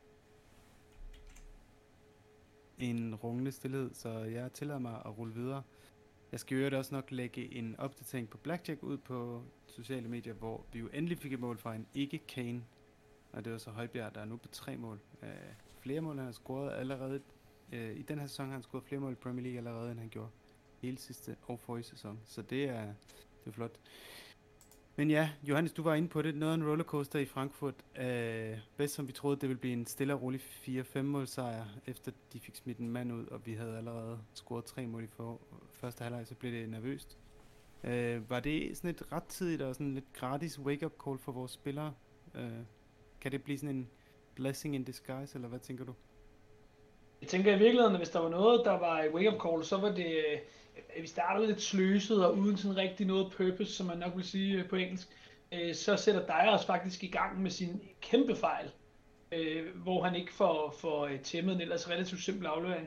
En rungende stillhed, så jeg tillader mig at rulle videre. Jeg skal jo også nok lægge en opdatering på Blackjack ud på sociale medier, hvor vi jo endelig fik et mål fra en ikke-Kane. Og det var så Højbjerg, der er nu på 3 mål. Flere mål han har scoret allerede. I den her sæson har han scoret flere mål i Premier League allerede, end han gjorde hele sidste og forrige sæson. Så det er flot. Men ja, Johannes, du var inde på det. Noget af en rollercoaster i Frankfurt. Bedst som vi troede, det ville blive en stille og rolig 4-5 målsejr, efter de fik smidt en mand ud, og vi havde allerede scoret 3 mål i første halvleg, så blev det nervøst. Var det sådan et rettidigt og sådan lidt gratis wake-up call for vores spillere? Kan det blive sådan en blessing in disguise, eller hvad tænker du? Jeg tænker i virkeligheden, at hvis der var noget, der var et wake-up call, så var det, at vi startede lidt sløset og uden sådan rigtig noget purpose, som man nok vil sige på engelsk. Så sætter Dyer os faktisk i gang med sin kæmpe fejl, hvor han ikke får tæmmet en ellers relativt simpel aflevering.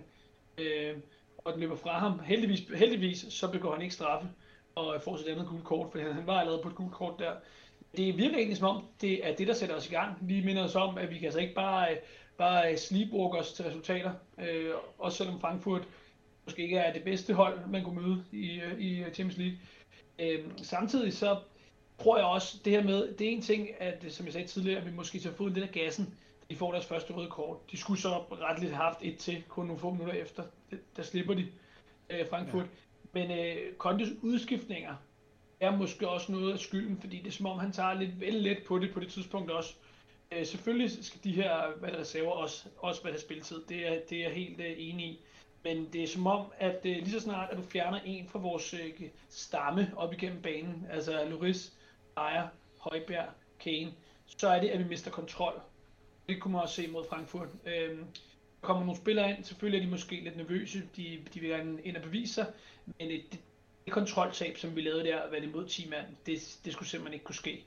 Og den løber fra ham. Heldigvis så begår han ikke straffe og får sit andet gule kort, for han var allerede på et gult kort der. Det virker egentlig som om, det er det, der sætter os i gang. Vi minder os om, at vi kan altså ikke bare sleepwalk os til resultater. Også selvom Frankfurt måske ikke er det bedste hold, man kunne møde i Champions League. Samtidig så tror jeg også, det her med, det er en ting, at som jeg sagde tidligere, at vi måske skal få lidt af gassen, da de får deres første røde kort. De skulle så ret lidt have haft et til, kun nogle få minutter efter. Der slipper de Frankfurt. Ja. Men Contes udskiftninger er måske også noget af skylden, fordi det er som om, han tager lidt vel let på det tidspunkt også. Selvfølgelig skal de her reserver også have spilletid. Det er jeg helt enig i. Men det er som om, at lige så snart, at du fjerner en fra vores stamme op igennem banen, altså Lloris, Dyer, Højbjerg, Kane, så er det, at vi mister kontrol. Det kunne man også se mod Frankfurt. Der kommer nogle spillere ind, selvfølgelig er de måske lidt nervøse, de vil gerne ind og bevise sig, men det kontroltab, som vi lavede der, hvad det mod 10 mand, det skulle simpelthen ikke kunne ske.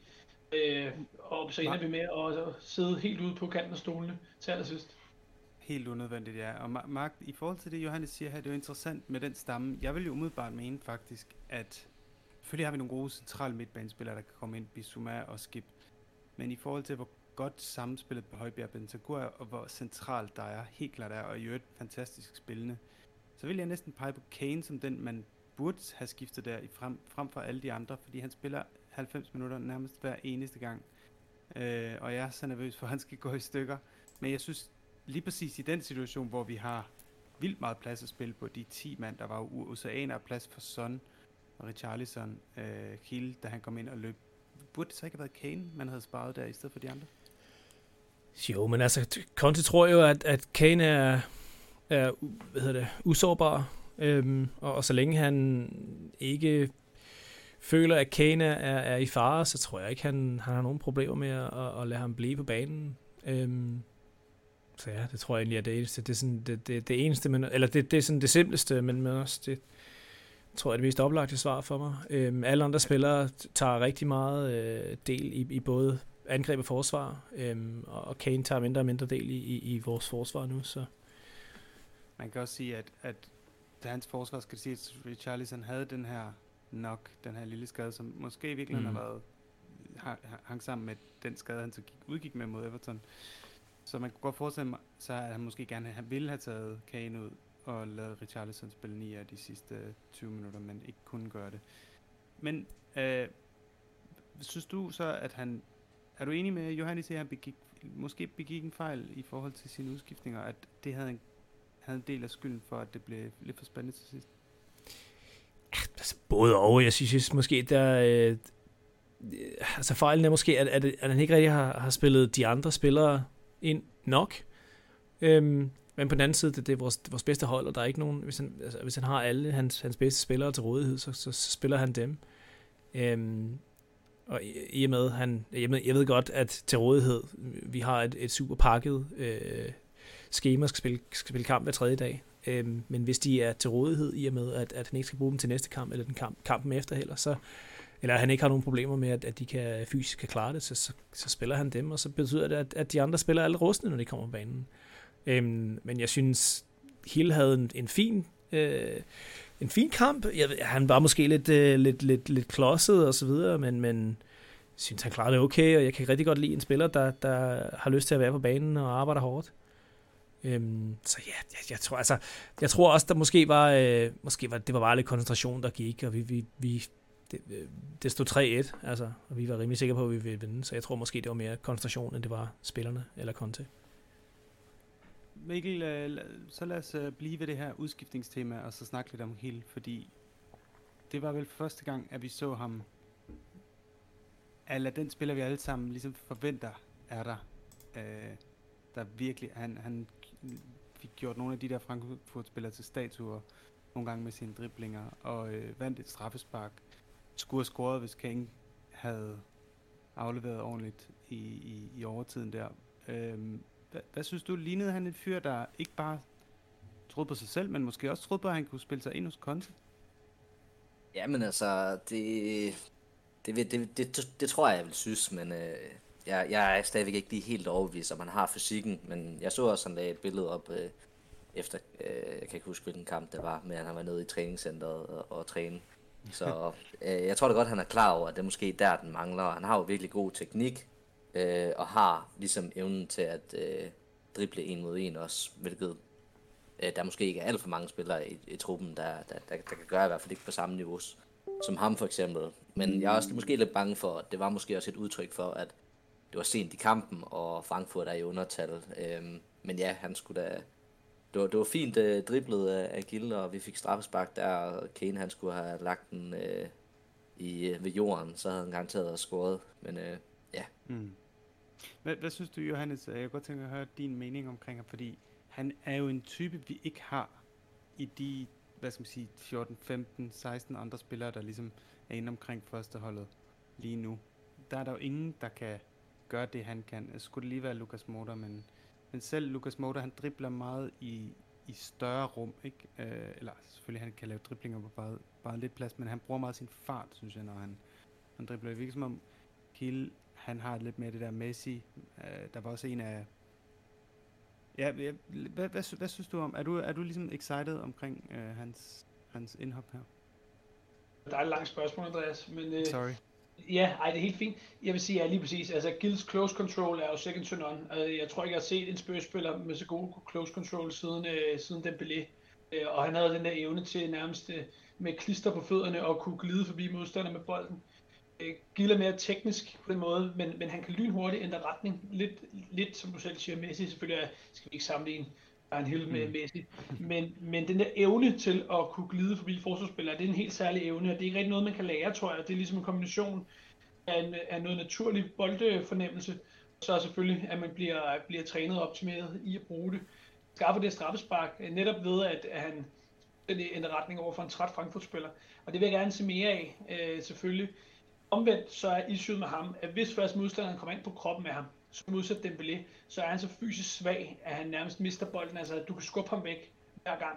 Og så ender vi med at sidde helt ude på kanten af stolene til allersidst. Helt unødvendigt, ja. Og Mark, i forhold til det, Johannes siger her, det er jo interessant med den stamme. Jeg vil jo umiddelbart mene faktisk, at selvfølgelig har vi nogle gode centrale midtbanespillere, der kan komme ind, Bissouma og Skip. Men i forhold til, hvor godt sammenspillet på Højbjerg, Bentancur og hvor centralt der er, helt klart er, og i øvrigt fantastisk spillende, så vil jeg næsten pege på Kane som den, man burde have skiftet der frem for alle de andre, fordi han spiller 90 minutter nærmest hver eneste gang. Og jeg er så nervøs for, at han skal gå i stykker. Men jeg synes, lige præcis i den situation, hvor vi har vildt meget plads at spille på, de 10 mand, der var jo oceaner af plads for Son og Richarlison, Hill, da han kom ind og løb. Burde det så ikke have været Kane, man havde sparet der, i stedet for de andre? Jo, men altså, Conte tror jo, at Kane er usårbar, og så længe han ikke føler, at Kane er i fare, så tror jeg ikke, han har nogen problemer med at lade ham blive på banen. Så ja, det tror jeg egentlig er det eneste. Det er sådan det eneste, men, eller det er sådan det simpleste, men også det tror jeg er det mest oplagte svar for mig. Alle andre spillere tager rigtig meget del i både angreb og forsvar, og Kane tager mindre og mindre del i vores forsvar nu. Så. Man kan også sige, at da hans forsvar skal sige, at Richarlison havde den her lille skade, som måske i virkeligheden har været hang sammen med den skade, han så udgik med mod Everton. Så man kunne godt forestille mig, så at han måske gerne ville have taget Kane ud og lavet Richarlison spille 9 af de sidste 20 minutter, men ikke kunne gøre det. Men synes du så, at han... Er du enig med Johannes, at han måske begik en fejl i forhold til sine udskiftninger, at det havde en del af skylden for, at det blev lidt for spændende til sidst? Altså, både og. Jeg synes måske, der... altså fejlen er måske, at han ikke rigtig har spillet de andre spillere ind nok. Men på den anden side, det er vores bedste hold, og der er ikke nogen... Hvis han har alle hans bedste spillere til rådighed, så spiller han dem. Og i og med, jeg ved godt, at til rådighed, vi har et super pakket schema, skal spille kamp hver tredje dag. Men hvis de er til rådighed, i og med, at han ikke skal bruge dem til næste kamp, eller den kampen efter heller, eller han ikke har nogen problemer med, at de fysisk kan klare det, så spiller han dem, og så betyder det, at de andre spiller alle rustne, når de kommer på banen. Men jeg synes, Hill havde en fin kamp. Han var måske lidt klodset og så videre, men jeg synes, han klarede det okay, og jeg kan rigtig godt lide en spiller, der har lyst til at være på banen og arbejder hårdt. Så ja, jeg tror også, der måske var det var bare lidt koncentration, der gik, og det stod 3-1, altså, og vi var rimelig sikre på, at vi ville vinde, så jeg tror måske, det var mere koncentration, end det var spillerne eller Conte. Mikkel, så lad os blive ved det her udskiftningstema, og så snakke lidt om Hill, fordi det var vel første gang, at vi så ham, eller den spiller, vi alle sammen ligesom forventer, er der virkelig, han fik gjort nogle af de der Frankfurt-spillere til statuer, nogle gange med sine driblinger, og vandt et straffespark. Skulle have scoret, hvis Kane havde afleveret ordentligt i overtiden der. Hvad synes du, lignede han en fyr, der ikke bare troede på sig selv, men måske også troede på, at han kunne spille sig ind hos Conte? Jamen altså, det tror jeg vil synes, men jeg er stadigvæk ikke lige helt overbevist, om han har fysikken, men jeg så også, han lagde et billede op efter, jeg kan ikke huske, hvilken kamp det var, men han var nede i træningscenteret og træne. Så jeg tror da godt, han er klar over, at det er måske der, den mangler. Han har jo virkelig god teknik, og har ligesom evnen til at drible en mod en også, hvilket der måske ikke er alt for mange spillere i truppen, der kan gøre, i hvert fald ikke på samme niveau som ham for eksempel. Men jeg er også måske lidt bange for, at det var måske også et udtryk for, at det var sent i kampen, og Frankfurt er i undertal. Men ja, han skulle da... Det var fint driblet af Gill, og vi fik straffespark der, og Kane han skulle have lagt den ved jorden, så havde han garanteret scoret. Men ja. Hvad synes du, Johannes? Jeg kunne godt tænke at høre din mening omkring ham, fordi han er jo en type, vi ikke har i de, 14, 15, 16 andre spillere, der ligesom er inde omkring førsteholdet lige nu. Der er der jo ingen, der kan gøre det, han kan. Skulle det lige være Lucas Moura, men selv Lucas Moura, han dribler meget i større rum, ikke? Eller selvfølgelig, han kan lave driblinger på bare lidt plads, men han bruger meget sin fart, synes jeg, når han dribler. Det virker som om Hill, han har lidt mere det der Messi. Der var også en af... Ja, hvad synes du om? Er du ligesom excited omkring hans indhop her? Der er et langt spørgsmål, Andreas, men... Sorry. Ja, det er helt fint. Jeg vil sige, lige præcis. Altså, Gills close control er jo second to none. Jeg tror ikke, jeg har set en Spurs-spiller med så god close control siden Dembélé. Og han havde den der evne til nærmest med klister på fødderne og kunne glide forbi modstander med bolden. Gill er mere teknisk på den måde, men han kan lynhurtigt ændre retning. Lidt som du selv siger, Messi selvfølgelig skal vi ikke sammenligne en Hill med Messi. Men den der evne til at kunne glide forbi forsvarsspillere, det er en helt særlig evne, og det er ikke rigtig noget, man kan lære, tror jeg. Det er ligesom en kombination af noget naturlig boldfornemmelse, og så selvfølgelig, at man bliver trænet og optimeret i at bruge det. Skaffer det straffespark, netop ved, at han ændrer retning over for en træt Frankfurt-spiller. Og det vil jeg gerne se mere af, selvfølgelig. Omvendt så er issuet med ham, at hvis først modstanderen kommer ind på kroppen af ham, så modsat Dembélé, så er han så fysisk svag, at han nærmest mister bolden. Altså, at du kan skubbe ham væk hver gang.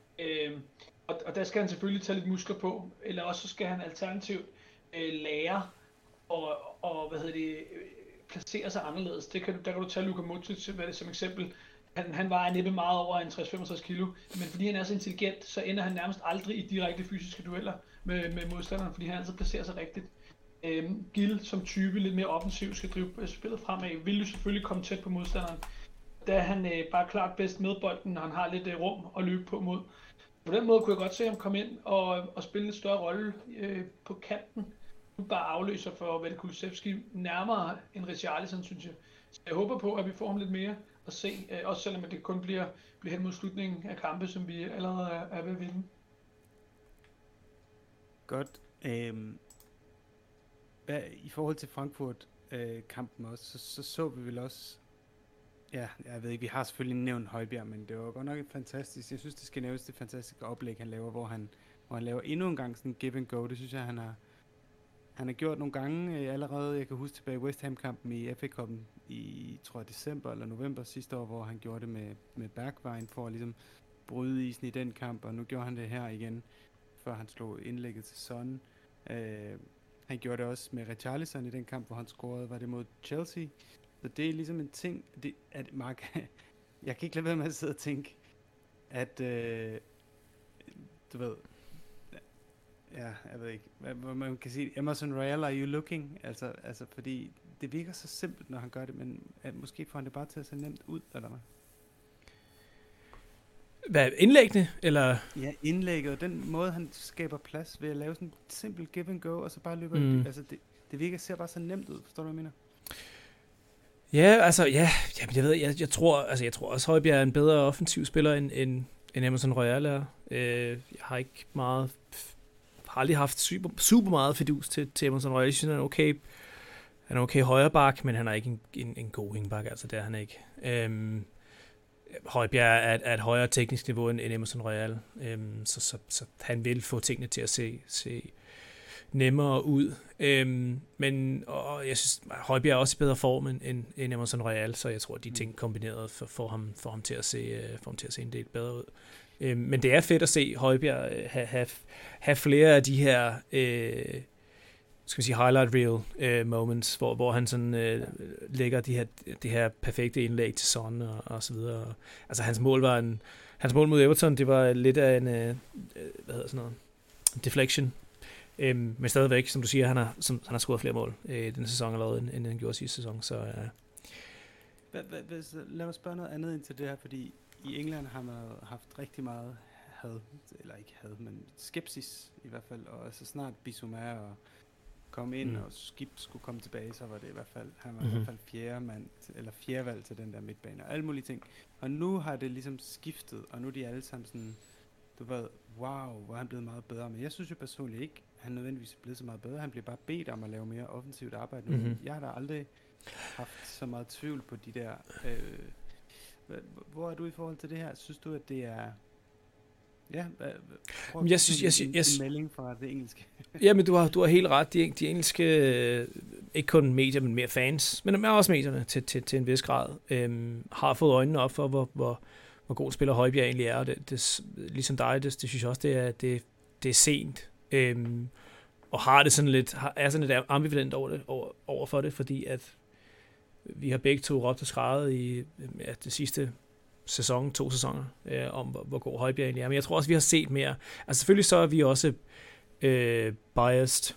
Og der skal han selvfølgelig tage lidt muskler på, eller også så skal han alternativt lære og placere sig anderledes. Der kan du tage Luka Modric som eksempel. Han vejer næppe meget over en 60-65 kilo, men fordi han er så intelligent, så ender han nærmest aldrig i direkte fysiske dueller med modstanderen, fordi han altid placerer sig rigtigt. Gill som type, lidt mere offensiv, skal drive spillet fremad, vil jo selvfølgelig komme tæt på modstanderen. Der er han bare klart bedst med bolden, når han har lidt rum at løbe på mod. På den måde kunne jeg godt se ham komme ind og spille en større rolle på kanten. Nu bare afløser for Veli Kulusevski nærmere end Richarlison, synes jeg. Så jeg håber på, at vi får ham lidt mere at se, også selvom det kun bliver hen mod slutningen af kampe, som vi allerede er ved at vinde. Godt. I forhold til Frankfurt-kampen også, så vi vel også, ja, jeg ved ikke, vi har selvfølgelig nævnt Højbjerg, men det var godt nok fantastisk. Jeg synes, det skal nævnes det fantastiske oplæg, han laver, hvor han laver endnu en gang sådan give and go. Det synes jeg, han Han har gjort nogle gange allerede, jeg kan huske tilbage i West Ham-kampen i FA Cup'en i, tror jeg, december eller november sidste år, hvor han gjorde det med Bergwijn for at ligesom bryde isen i den kamp, og nu gjorde han det her igen, før han slog indlægget til Son. Han gjorde det også med Richarlison i den kamp, hvor han scorede, var det mod Chelsea. Så det er ligesom en ting, at Mark, jeg kan ikke lade være med at sidde og tænke, at du ved, ja, jeg ved ikke, hvad man kan sige, Emerson Royal, are you looking? Altså fordi det virker så simpelt, når han gør det, men måske får han det bare til at se nemt ud, eller hvad? Hvad, indlæggende, eller? Ja, indlægget, og den måde, han skaber plads ved at lave sådan en simpel give and go, og så bare løber altså det virker, ser bare så nemt ud, forstår du, hvad jeg mener? Ja, altså, jamen, jeg tror også, Højbjerg er en bedre offensiv spiller, end Emerson Royal er. Jeg har ikke meget, har aldrig haft super meget fidus til Emerson Royal. Jeg synes, han er okay højre bak, men han er ikke en god wingbak, altså det er han ikke. Højbjerg er et højere teknisk niveau end Emerson Royal, så han vil få tingene til at se nemmere ud. Men jeg synes, Højbjerg er også i bedre form end Emerson Royal, så jeg tror, at de ting kombineret får ham til at se en del bedre ud. Men det er fedt at se Højbjerg have flere af de her skal vi sige highlight reel moments, hvor han sådan lægger det her perfekte indlæg til Son og så videre. Altså hans mål mod Everton, det var lidt af en hvad hedder sådan noget, deflection. Men stadigvæk, som du siger, han har scoret flere mål i denne sæson allerede, end han gjorde sidste sæson. Så lad mig spørge noget andet ind til det her, fordi i England har man haft rigtig meget had, eller ikke had, men skepsis i hvert fald, og så snart Bissouma og kom ind, og Skip skulle komme tilbage, så var det i hvert fald, han var i hvert fald fjerde valg til den der midtbane, og alle mulige ting. Og nu har det ligesom skiftet, og nu er de alle sammen sådan, du ved, wow, hvor er han blevet meget bedre. Men jeg synes jo personligt ikke, han nødvendigvis er blevet så meget bedre. Han bliver bare bedt om at lave mere offensivt arbejde nu. Jeg har da aldrig haft så meget tvivl på de der. Hvor er du i forhold til det her? Synes du, at det er... Ja, jeg synes, en melding fra det engelske. Ja, men du har helt ret. De engelske, ikke kun medier, men mere fans, men også medierne til en vis grad, har fået øjnene op for, hvor god spiller Højbjerg egentlig er. Og det ligesom dig, det synes jeg også, det er sent. Og har det sådan lidt, er sådan lidt ambivalent over for det, fordi at vi har begge to råbt og skreget i det sidste sæson, 2 sæsoner, om hvor god Højbjerg egentlig er. Men jeg tror også, vi har set mere. Altså selvfølgelig så er vi også biased,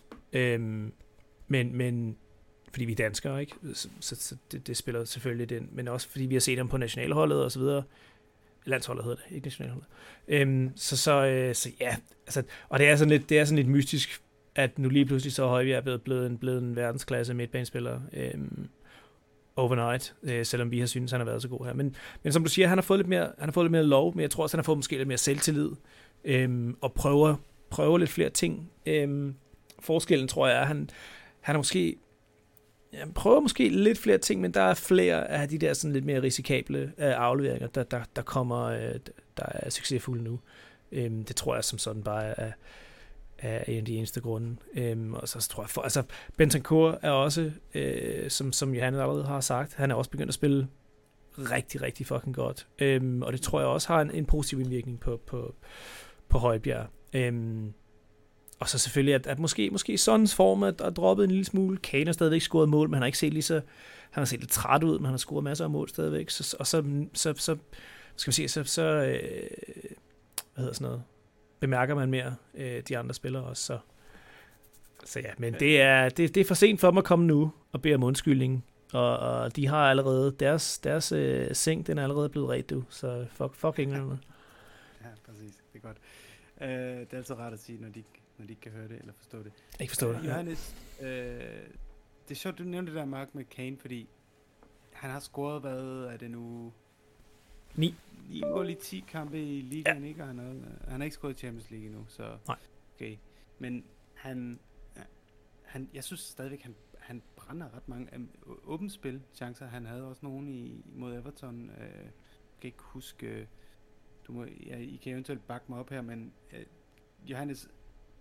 men fordi vi er danskere, ikke? Så det spiller selvfølgelig den, men også fordi vi har set dem på nationalholdet og så videre. Landsholdet hedder det, ikke nationalholdet. Så ja, altså, og det er sådan lidt mystisk, at nu lige pludselig så er Højbjerg blevet en verdensklasse midtbanespiller overnight, selvom vi har syntes, han har været så god her. Men som du siger, han har fået lidt mere lov, men jeg tror også, han har fået måske lidt mere selvtillid, og prøver lidt flere ting. Forskellen, tror jeg, er, han er måske... Jeg prøver måske lidt flere ting, men der er flere af de der sådan lidt mere risikable afleveringer, der kommer, der er succesfulde nu. Det tror jeg som sådan bare er en af de eneste grunde. Og så tror jeg, Bentancur er også, som Johannes allerede har sagt, han er også begyndt at spille rigtig, rigtig fucking godt. Og det tror jeg også har en positiv indvirkning på Højbjerg. Og så selvfølgelig, at måske Sons form er droppet en lille smule. Kane har stadigvæk scoret mål, men han har ikke set han har set lidt træt ud, men han har scoret masser af mål stadigvæk. Så skal vi se, hvad hedder sådan noget, bemærker man mere de andre spillere også. Så ja, men det er for sent for mig at komme nu og bede om undskyldning. Og de har allerede, deres seng, den er allerede blevet ret, du. Så fuck englænderne. Ja, præcis. Det er godt. Det er altid rart at sige, når de ikke kan høre det eller forstå det. Ikke forstå det. Johannes, det er sjovt, du nævnte det der Mark med Kane, fordi han har scoret, hvad er det nu? 9 mål i 10 kampe i ligaen, ikke? Og han har ikke scoret i Champions League endnu, så nej. Okay. Men han jeg synes stadigvæk, han brænder ret mange åbent spil chancer. Han havde også nogen mod Everton. Jeg kan ikke huske, I kan eventuelt bakke mig op her, men Johannes,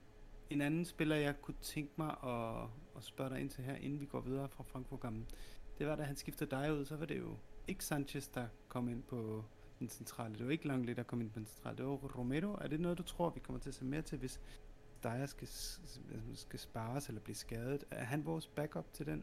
en anden spiller, jeg kunne tænke mig at spørge dig ind til her, inden vi går videre fra Frankfurt-kampen, det var, da han skiftede dig ud, så var det jo ikke Sanchez, der kom ind på den centrale. Det var ikke Langley, der kom ind på den centrale. Det var Romero. Er det noget, du tror, vi kommer til at se mere til, hvis Dyer skal spares eller blive skadet? Er han vores backup til den?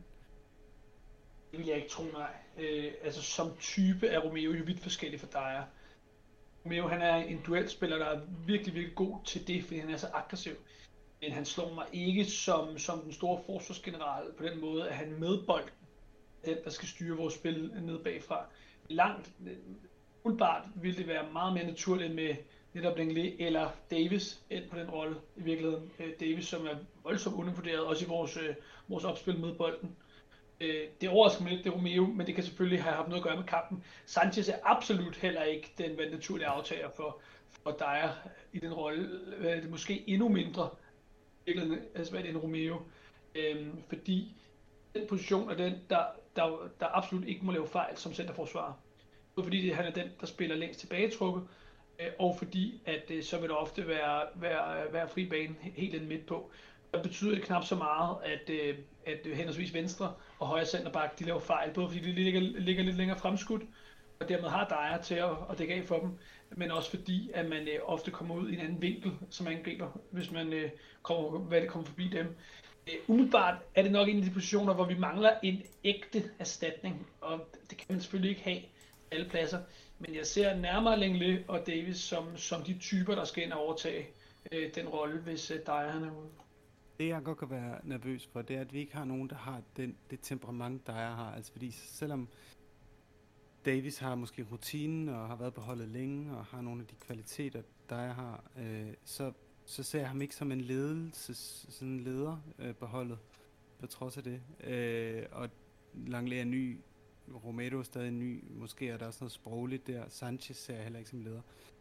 Det vil jeg ikke tro, nej. Altså som type er Romeo jo vidt forskellig fra Dyer. Romeo, han er en duelspiller, der er virkelig, virkelig god til det, fordi han er så aggressiv. Men han slår mig ikke som den store forsvarsgeneral på den måde, at han med bolden er den, der skal styre vores spil ned bagfra. Langt, uldbart vil det være meget mere naturligt med netop Langley eller Davis ind på den rolle i virkeligheden. Davis, som er voldsomt undervurderet, også i vores opspil med bolden. Det overrasker mig lidt, det Romeo, men det kan selvfølgelig have haft noget at gøre med kampen. Sanchez er absolut heller ikke den naturlige aftager for Dyer i den rolle. Det er måske endnu mindre end Romeo, fordi den position er den, der absolut ikke må lave fejl som centerforsvarer. Fordi han er den, der spiller længst tilbagetrukket, og fordi at så vil der ofte være fri bane helt ind midt på. Det betyder det knap så meget, at henholdsvis venstre og højre centerback, de laver fejl, både fordi de ligger lidt længere fremskudt, og dermed har Dyer til at dække af for dem, men også fordi, at man ofte kommer ud i en anden vinkel som angriber, hvis man kommer forbi dem. Umiddelbart er det nok en af de positioner, hvor vi mangler en ægte erstatning, og det kan man selvfølgelig ikke have alle pladser, men jeg ser nærmere Langley og Davis som de typer, der skal ind og overtage den rolle, hvis Dyer han er ude. Det jeg godt kan være nervøs for, det er, at vi ikke har nogen, der har det temperament, Dyer har. Altså fordi selvom Davis har måske rutinen og har været på holdet længe og har nogle af de kvaliteter, Dyer har, så ser jeg ham ikke som en leder på holdet, på trods af det. Og Langley er ny, Romero er stadig ny, måske er der også noget sprogligt der, Sanchez ser jeg heller ikke som leder.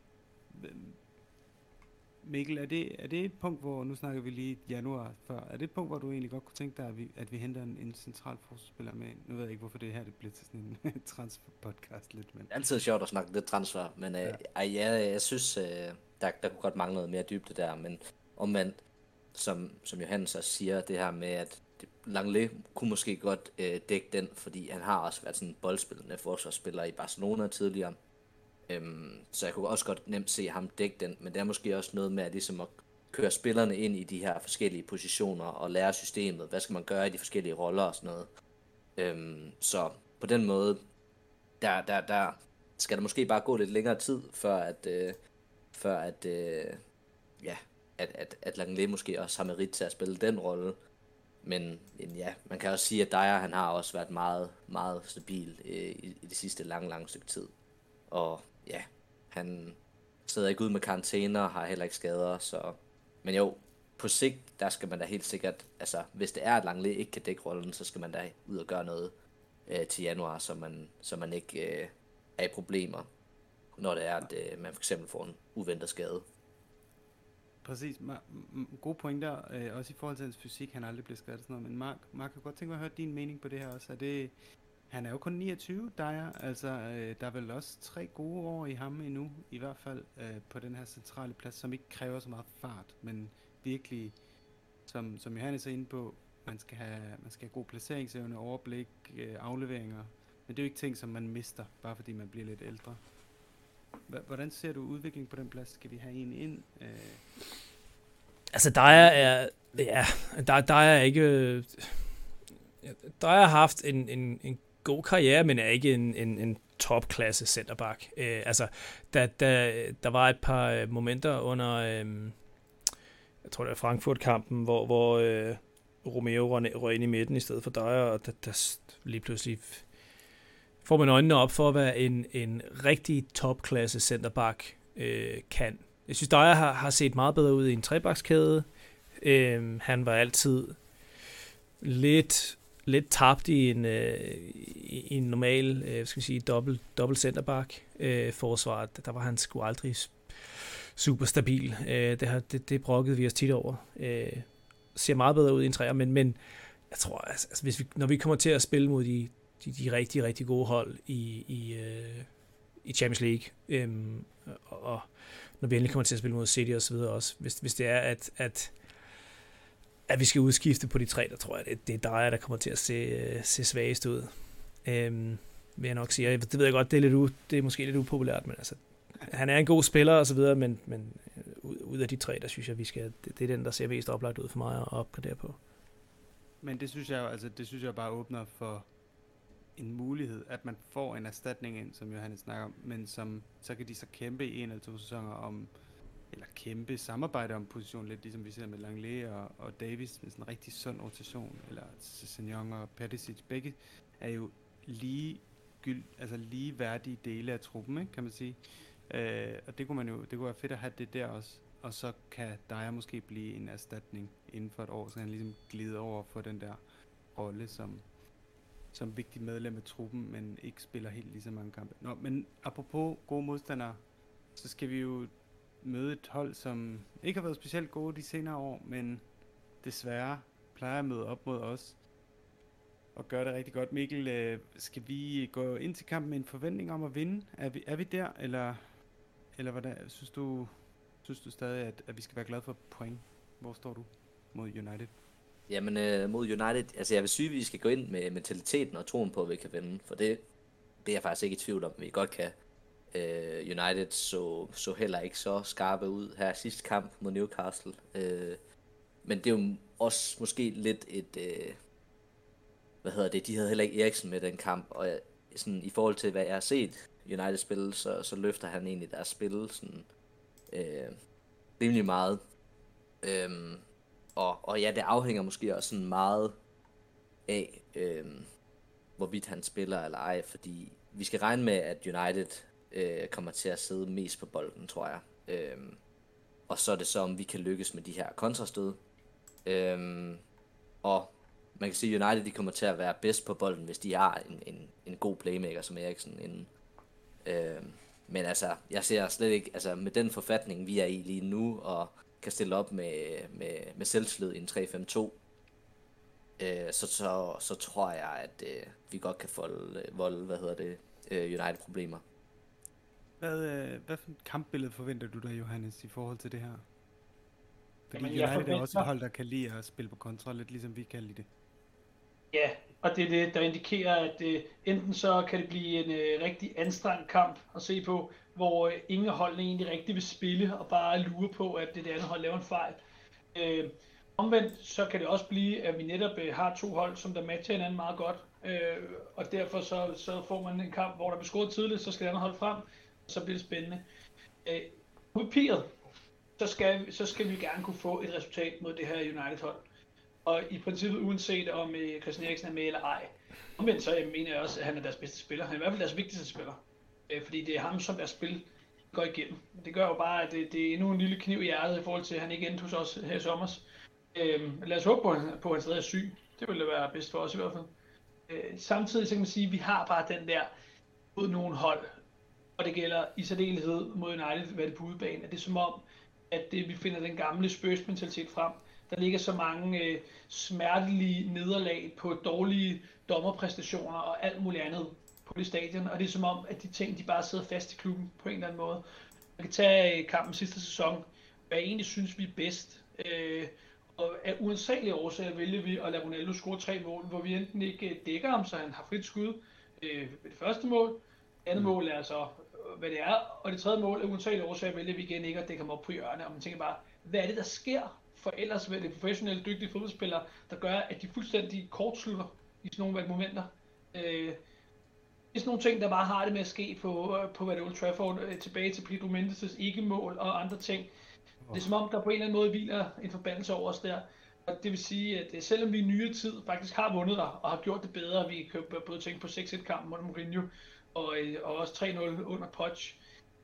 Mikkel, er det et punkt, hvor, nu snakker vi lige januar før, er det et punkt, hvor du egentlig godt kunne tænke dig, at vi henter en central forsvarsspiller med? Nu ved jeg ikke, hvorfor det her det bliver til sådan en transfer-podcast lidt. Men... Det er altid sjovt at snakke lidt transfer, men jeg synes, der kunne godt mangle noget mere dybde der, men omvendt, som Johannes også siger, det her med, at Langley kunne måske godt dække den, fordi han har også været sådan en boldspillende forsvarsspiller i Barcelona tidligere. Så jeg kunne også godt nemt se ham dække den, men det er måske også noget med at, ligesom at køre spillerne ind i de her forskellige positioner og lære systemet, hvad skal man gøre i de forskellige roller og sådan noget. Så på den måde, der skal der måske bare gå lidt længere tid, før at Langley måske også har merit til at spille den rolle. Men ja, man kan også sige, at Dyer, han har også været meget, meget stabil i det sidste lange stykke tid. Og ja, han sidder ikke ud med karantæner og har heller ikke skader, så... Men jo, på sigt, der skal man da helt sikkert... Altså, hvis det er, at Langley ikke kan dække rollen, så skal man da ud og gøre noget til januar, så man ikke er i problemer, når det er, at man for eksempel får en uventet skade. Præcis. Gode pointer, også i forhold til hans fysik, han aldrig bliver skadet og sådan noget. Men Mark, kan godt tænke mig at høre din mening på det her også. Er det... Han er jo kun 29, Dyer. Altså, der er vel også 3 gode år i ham endnu, i hvert fald på den her centrale plads, som ikke kræver så meget fart, men virkelig, som Johannes er inde på, man skal have god placeringsevne, overblik, afleveringer, men det er jo ikke ting, som man mister, bare fordi man bliver lidt ældre. Hvordan ser du udviklingen på den plads? Skal vi have en ind? Altså, der er ikke... Der har haft en god karriere, men er ikke en topklasse centerback. Altså, der var et par momenter under, jeg tror det var Frankfurt-kampen, hvor Romeo røg ind i midten i stedet for Dyer, og der lige pludselig får man øjnene op for, hvad en rigtig topklasse centerback kan. Jeg synes, Dyer har set meget bedre ud i en trebakskæde. Han var altid lidt tabt i en normal, skal vi sige, dobbelt centerback forsvar. Der var han sgu aldrig super stabil. Det brokkede vi os tit over. Ser meget bedre ud i en træer, men jeg tror, altså når vi kommer til at spille mod de rigtig, rigtig gode hold i Champions League, og når vi endelig kommer til at spille mod City og så videre også, hvis det er, at vi skal udskifte på de 3, der tror jeg, det er Dyer, der kommer til at se svagest ud. Vil jeg nok sige. Det ved jeg godt, det er måske lidt upopulært, men altså, han er en god spiller og så videre, men ud af de 3, der synes jeg, det er den, der ser mest oplagt ud for mig at opgradere på. Men det synes jeg bare åbner for en mulighed, at man får en erstatning ind, som Johannes snakker om, men så kan de så kæmpe i 1 eller 2 sæsoner eller kæmpe samarbejde om position, lidt ligesom vi ser med Langley og Davis, med sådan en rigtig sund rotation, eller Sessegnon og Perisic, begge er jo ligeværdige dele af truppen, ikke, kan man sige. Og det kunne være fedt at have det der også, og så kan Dyer måske blive en erstatning inden for et år, så han ligesom glider over for den der rolle som vigtig medlem af truppen, men ikke spiller helt lige så mange kampe. Nå, men apropos gode modstandere, så skal vi jo møde et hold, som ikke har været specielt gode de senere år, men desværre plejer at møde op mod os og gøre det rigtig godt. Mikkel, skal vi gå ind til kampen med en forventning om at vinde? Er vi der, eller hvordan? Synes du stadig, at vi skal være glade for point? Hvor står du mod United? Jamen mod United, altså jeg vil sige, at vi skal gå ind med mentaliteten og troen på, at vi kan vinde, for det er jeg faktisk ikke i tvivl om, vi godt kan. United så heller ikke så skarpe ud her sidste kamp mod Newcastle, men det er jo også måske lidt et, de havde heller ikke Eriksen med den kamp, og sådan, i forhold til hvad jeg har set United spille, så løfter han egentlig deres spil sådan rimelig meget. Og ja, det afhænger måske også sådan meget af, hvorvidt han spiller eller ej, fordi vi skal regne med, at United kommer til at sidde mest på bolden, tror jeg. Og så er det så, om vi kan lykkes med de her kontrastød. Og man kan sige, at United de kommer til at være bedst på bolden, hvis de har en god playmaker som Eriksen inden. Men altså, jeg ser slet ikke, altså med den forfatning, vi er i lige nu, og kan stille op med selvtillid i en 3-5-2, så tror jeg, at vi godt kan volde United-problemer. Hvad for et kampbillede forventer du dig, Johannes, i forhold til det her? Fordi Jamen, United er også et hold, der kan lide at spille på kontra, lidt ligesom vi kan lide det. Ja, og det er det, der indikerer, at enten så kan det blive en rigtig anstrengt kamp at se på, hvor ingen hold egentlig rigtig vil spille og bare lure på, at det andet hold laver en fejl. Omvendt så kan det også blive, at vi netop har 2 hold, som der matcher hinanden meget godt, og derfor så får man en kamp, hvor der bliver scoret tidligt, så skal det andet hold frem, og så bliver det spændende. På papiret, så skal vi gerne kunne få et resultat mod det her United-hold. Og i princippet uanset om Christian Eriksen er med eller ej. Omvendt så mener jeg også, at han er deres bedste spiller. Han er i hvert fald deres vigtigste spiller. Fordi det er ham, som deres spil går igennem. Det gør jo bare, at det er endnu en lille kniv i hjertet i forhold til, at han ikke endte hos os her i sommer. Lad os håbe på, at han stadig er syg. Det ville være bedst for os i hvert fald. Samtidig så kan man sige, at vi har bare den der mod nogle hold. Og det gælder i særdeleshed mod United, hvad det på udebane. At det er som om, at vi finder den gamle Spurs-mentalitet frem. Der ligger så mange smertelige nederlag på dårlige dommerpræstationer og alt muligt andet på det stadion. Og det er som om, at de ting, de bare sidder fast i klubben på en eller anden måde. Man kan tage kampen sidste sæson, hvad jeg egentlig synes, vi er bedst. Og af uansagelige årsager vælger vi at lade Ronaldo score 3 mål, hvor vi enten ikke dækker ham, så han har frit skud ved det første mål. Det andet mål er altså, hvad det er. Og det tredje mål af uansagelige årsager vælger vi igen ikke at dække ham op på hjørne. Og man tænker bare, hvad er det, der sker? For ellers vil det professionelle, dygtige fodboldspillere, der gør, at de fuldstændig kortslutter i sådan nogle momenter. Det er sådan nogle ting, der bare har det med at ske på Old Trafford, tilbage til Pedro Mendes' ikke-mål og andre ting. Det er som om, der på en eller anden måde hviler en forbandelse over os der. Og det vil sige, at selvom vi i nyere tid faktisk har vundet der, og har gjort det bedre, vi kan både tænke på 6-1-kampen mod Mourinho, og også 3-0 under Poch,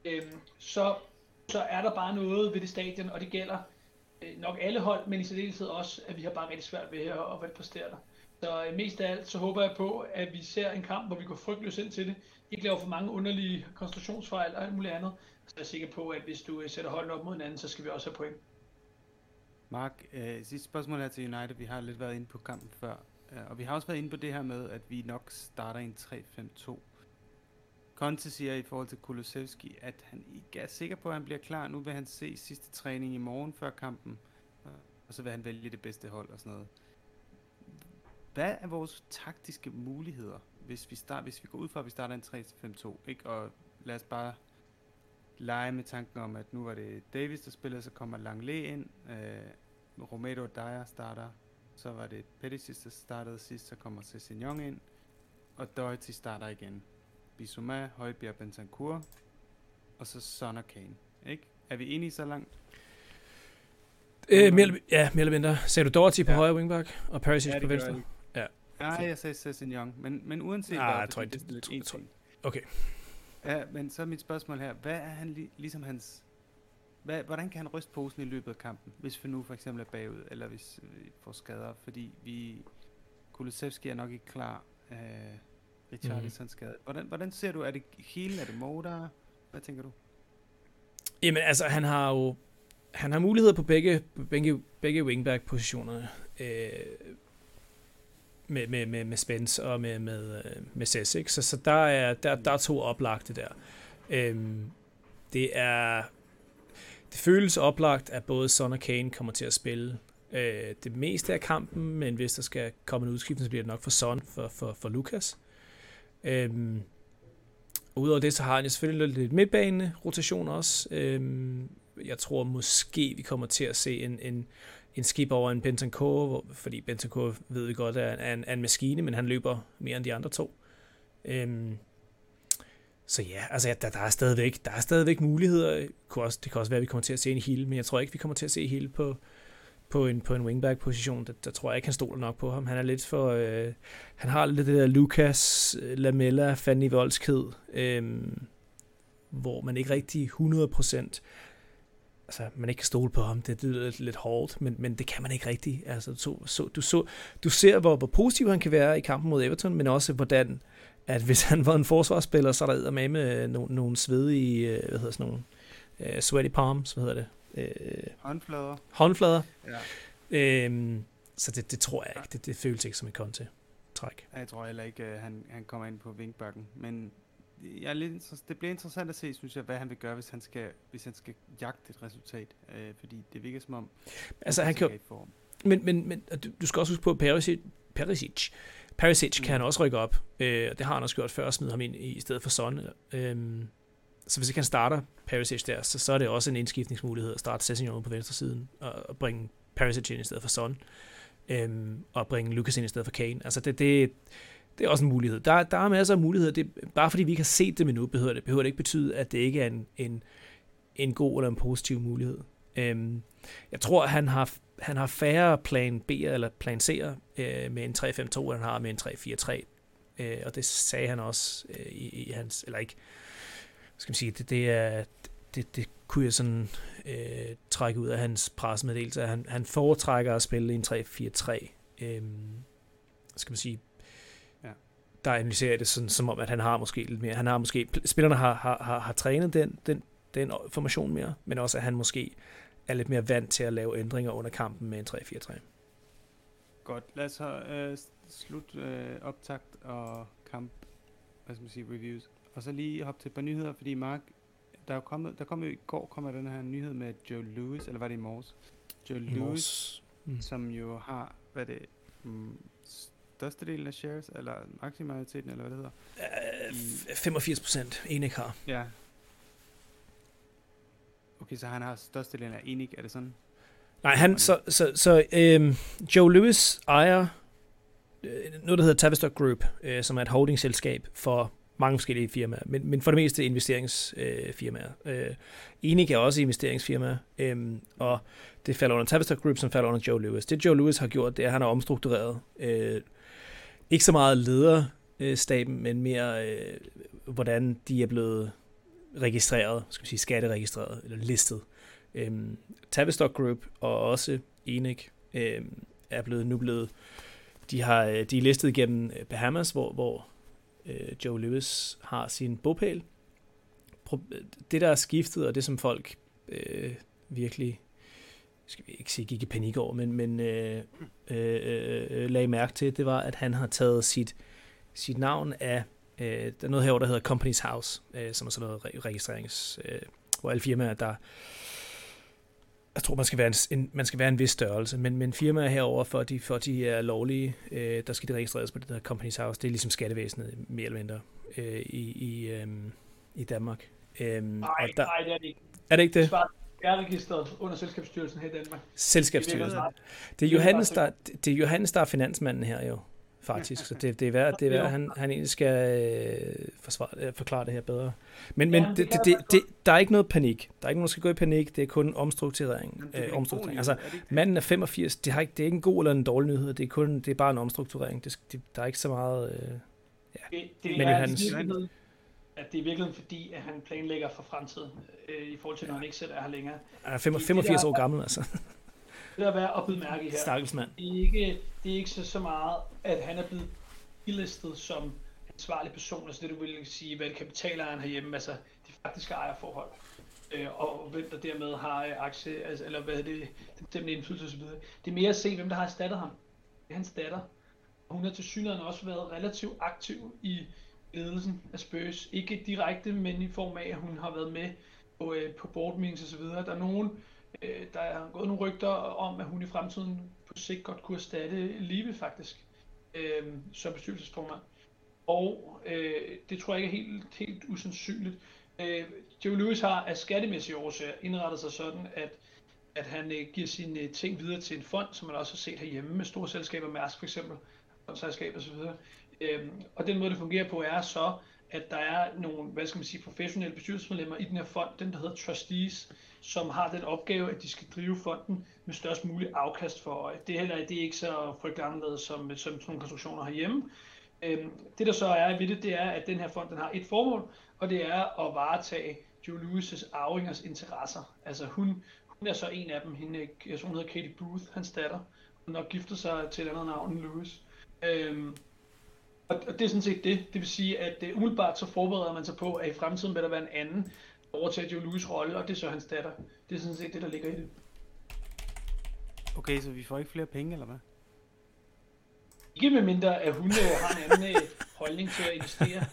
så er der bare noget ved det stadion, og det gælder nok alle hold, men i særdeleshed også, at vi har bare rigtig svært ved at præstere der. Så mest af alt, så håber jeg på, at vi ser en kamp, hvor vi går frygtløst ind til det. Ikke laver for mange underlige koncentrationsfejl og alt muligt andet. Så jeg er sikker på, at hvis du sætter holdene op mod hinanden, så skal vi også have point. Mark, sidste spørgsmål her til United. Vi har lidt været inde på kampen før, og vi har også været inde på det her med, at vi nok starter i en 3-5-2. Conte siger i forhold til Kulusevski, at han ikke er sikker på, at han bliver klar. Nu vil han se sidste træning i morgen før kampen. og så vil han vælge det bedste hold og sådan noget. Hvad er vores taktiske muligheder, hvis vi går ud fra, at vi starter en 3-5-2, ikke? Og lad os bare lege med tanken om, at nu var det Davis, der spillede, så kommer Langley ind, Romero Dyer starter, så var det Pettis, der startede sidst, så kommer Sessegnon ind, og Doherty starter igen. Bissouma, Højbjerg, Bentancur, og så Son og Kane, ikke? Er vi enige så langt? Mere eller mindre. Sagde du Doherty på højre wingback, og Perisic på venstre? Ja. Nej, jeg sagde Sessegnon, men uanset jeg tror ikke, det. Okay. Ja, men så er mit spørgsmål her, hvad er han ligesom hans... Hvordan kan han ryste posen i løbet af kampen, hvis vi nu for eksempel er bagud, eller hvis vi får skader, fordi Kulusevski er nok ikke klar, Richarlison skadet. Hvordan ser du, er det hele, er det Moder? Hvad tænker du? Jamen altså, han har muligheder på begge wingback-positionerne, med Spence og med Cesc, ikke? Så der er to oplagte der. Det føles oplagt, at både Son og Kane kommer til at spille det meste af kampen, men hvis der skal komme en udskiftning, så bliver det nok for Son for Lucas. Udover det, så har han selvfølgelig lidt midtbane-rotation også. Jeg tror måske, vi kommer til at se en skib over en Bentancur, fordi Bentancur ved vi godt er en maskine, men han løber mere end de andre to. Så ja, altså der er stadigvæk muligheder. Det kan også være, at vi kommer til at se en Hill, men jeg tror ikke, vi kommer til at se Hill på en wingback-position. Der tror jeg ikke, han stoler nok på ham. Han er lidt for... han har lidt det der Lucas, Lamella, Fanny Voldsked, hvor man ikke rigtig 100%... Altså, man ikke kan stole på ham. Det lyder lidt hårdt, men det kan man ikke rigtig. Altså, du ser, hvor positiv han kan være i kampen mod Everton, men også hvordan, at hvis han var en forsvarsspiller, så er der med nogle svedige, sweaty palms, håndflader. Ja. Så det tror jeg ikke. Det føles ikke som et Conte-træk. Jeg tror heller ikke, han kommer ind på wingbacken, men det bliver interessant at se, synes jeg, hvad han vil gøre, hvis han skal jagte et resultat, fordi det virker som om... Altså, han kan... Men du skal også huske på, Perisic kan han også rykke op, og det har han også gjort før, at smide ham ind i stedet for Son. Så hvis ikke han starter Perisic der, så er det også en indskiftningsmulighed at starte Sessegnon på venstre siden, og bringe Perisic ind i stedet for Son, og bringe Lucas ind i stedet for Kane. Altså, det er også en mulighed. Der er masser af muligheder. Det, bare fordi vi ikke har set dem endnu, behøver det ikke betyde, at det ikke er en god eller en positiv mulighed. Jeg tror, at han har færre plan B'er eller plan C'er med en 3-5-2, end han har med en 3-4-3. Og det sagde han også i hans... Eller ikke... Skal man sige, det kunne jeg sådan trække ud af hans pressemeddelelse. Han foretrækker at spille i en 3-4-3. Skal man sige... Der analyserer det sådan, som om, at han har måske lidt mere. Spillerne har trænet den formation mere, men også, at han måske er lidt mere vant til at lave ændringer under kampen med en 3-4-3. Godt. Lad os slut optakt og kamp, reviews. Og så lige hoppe til et par nyheder, fordi Mark, der kom jo i går den her nyhed med Joe Lewis, eller var det i morges? Joe Lewis, som jo har, størstedelen af shares, eller aktiemajoriteten, eller hvad det hedder? 85% Enik har. Ja. Okay, så han har størstedelen af Enik, er det sådan? Nej, Joe Lewis ejer noget, der hedder Tavistock Group, som er et holdingselskab for mange forskellige firmaer, men for det meste investeringsfirmaer. Enik er også investeringsfirmaer, og det falder under Tavistock Group, som falder under Joe Lewis. Det Joe Lewis har gjort, det er, at han har omstruktureret ikke så meget lederstaben, men mere hvordan de er blevet registreret, skal vi sige skatteregistreret, eller listet. Tavistock Group og også Enik er blevet de er listet gennem Bahamas, hvor Joe Lewis har sin bopæl. Det der er skiftet, og det som folk virkelig, skal vi ikke sige gik i panik over, men lagde mærke til, det var, at han har taget sit navn af, der er noget herovre, der hedder Companies House, som er sådan noget registrerings, hvor alle firmaer, Jeg tror, man skal være en vis størrelse, men firmaer herover for de er lovlige, der skal de registreres på det der Companies House. Det er ligesom skattevæsenet, mere eller mindre, i Danmark. Nej, det er det ikke. Er det ikke det? Det er registret under selskabsstyrelsen her i Danmark. Selskabsstyrelsen. Det er Johannes, der er finansmanden her jo, faktisk. Så det er værd, han egentlig skal forklare det her bedre. Men der er ikke noget panik. Der er ikke nogen, der skal gå i panik. Det er kun omstrukturering. Altså, manden er 85. Det er ikke en god eller en dårlig nyhed. Det er bare en omstrukturering. Der er ikke så meget... Men Johannes... At det er virkelig fordi, at han planlægger for fremtiden, i forhold til, når han ikke selv er her længere. Han er 85 år gammel, altså. Det er værd at bide mærke her. Stakkelsmand. Det er ikke så meget, at han er blevet listet som ansvarlig person, altså det du vil sige, hvad kapitalejeren herhjemme, altså de faktiske ejerforhold, og hvem der dermed har aktie, altså, eller hvad er det, den indflydelse osv. Det er mere at se, hvem der har erstattet ham. Det er hans datter. Hun har tilsyneladende også været relativt aktiv i ledelsen af Spurs. Ikke direkte, men i form af, at hun har været med på board meetings og så videre. Der er der er gået nogle rygter om, at hun i fremtiden på sigt godt kunne erstatte Live faktisk, som bestyrelsesformand. Og det tror jeg ikke er helt usandsynligt. Joe Louis har af skattemæssige årsager indrettet sig sådan, at han giver sine ting videre til en fond, som man også har set herhjemme med store selskaber, Mærsk for eksempel, fondselskaber og så videre. Og den måde, det fungerer på, er så, at der er nogle, professionelle bestyrelsesmedlemmer i den her fond, den der hedder trustees, som har den opgave, at de skal drive fonden med størst mulig afkast for øje. Det er ikke så frygtelig anderledes som sådan nogle konstruktioner herhjemme. Det der så er ved det, er, at den her fond den har et formål, og det er at varetage Joe Louis' arvingers interesser. Altså hun er så en af dem, hun hedder Katie Booth, hans datter. Hun har giftet sig til et andet navn end Louis. Og det er sådan set det. Det vil sige, at umiddelbart så forbereder man sig på, at i fremtiden vil der være en anden, der overtager Joe Louis' rolle, og det er så hans datter. Det er sådan set det, der ligger i det. Okay, så vi får ikke flere penge, eller hvad? Ikke med mindre, at hun har en anden holdning til at investere.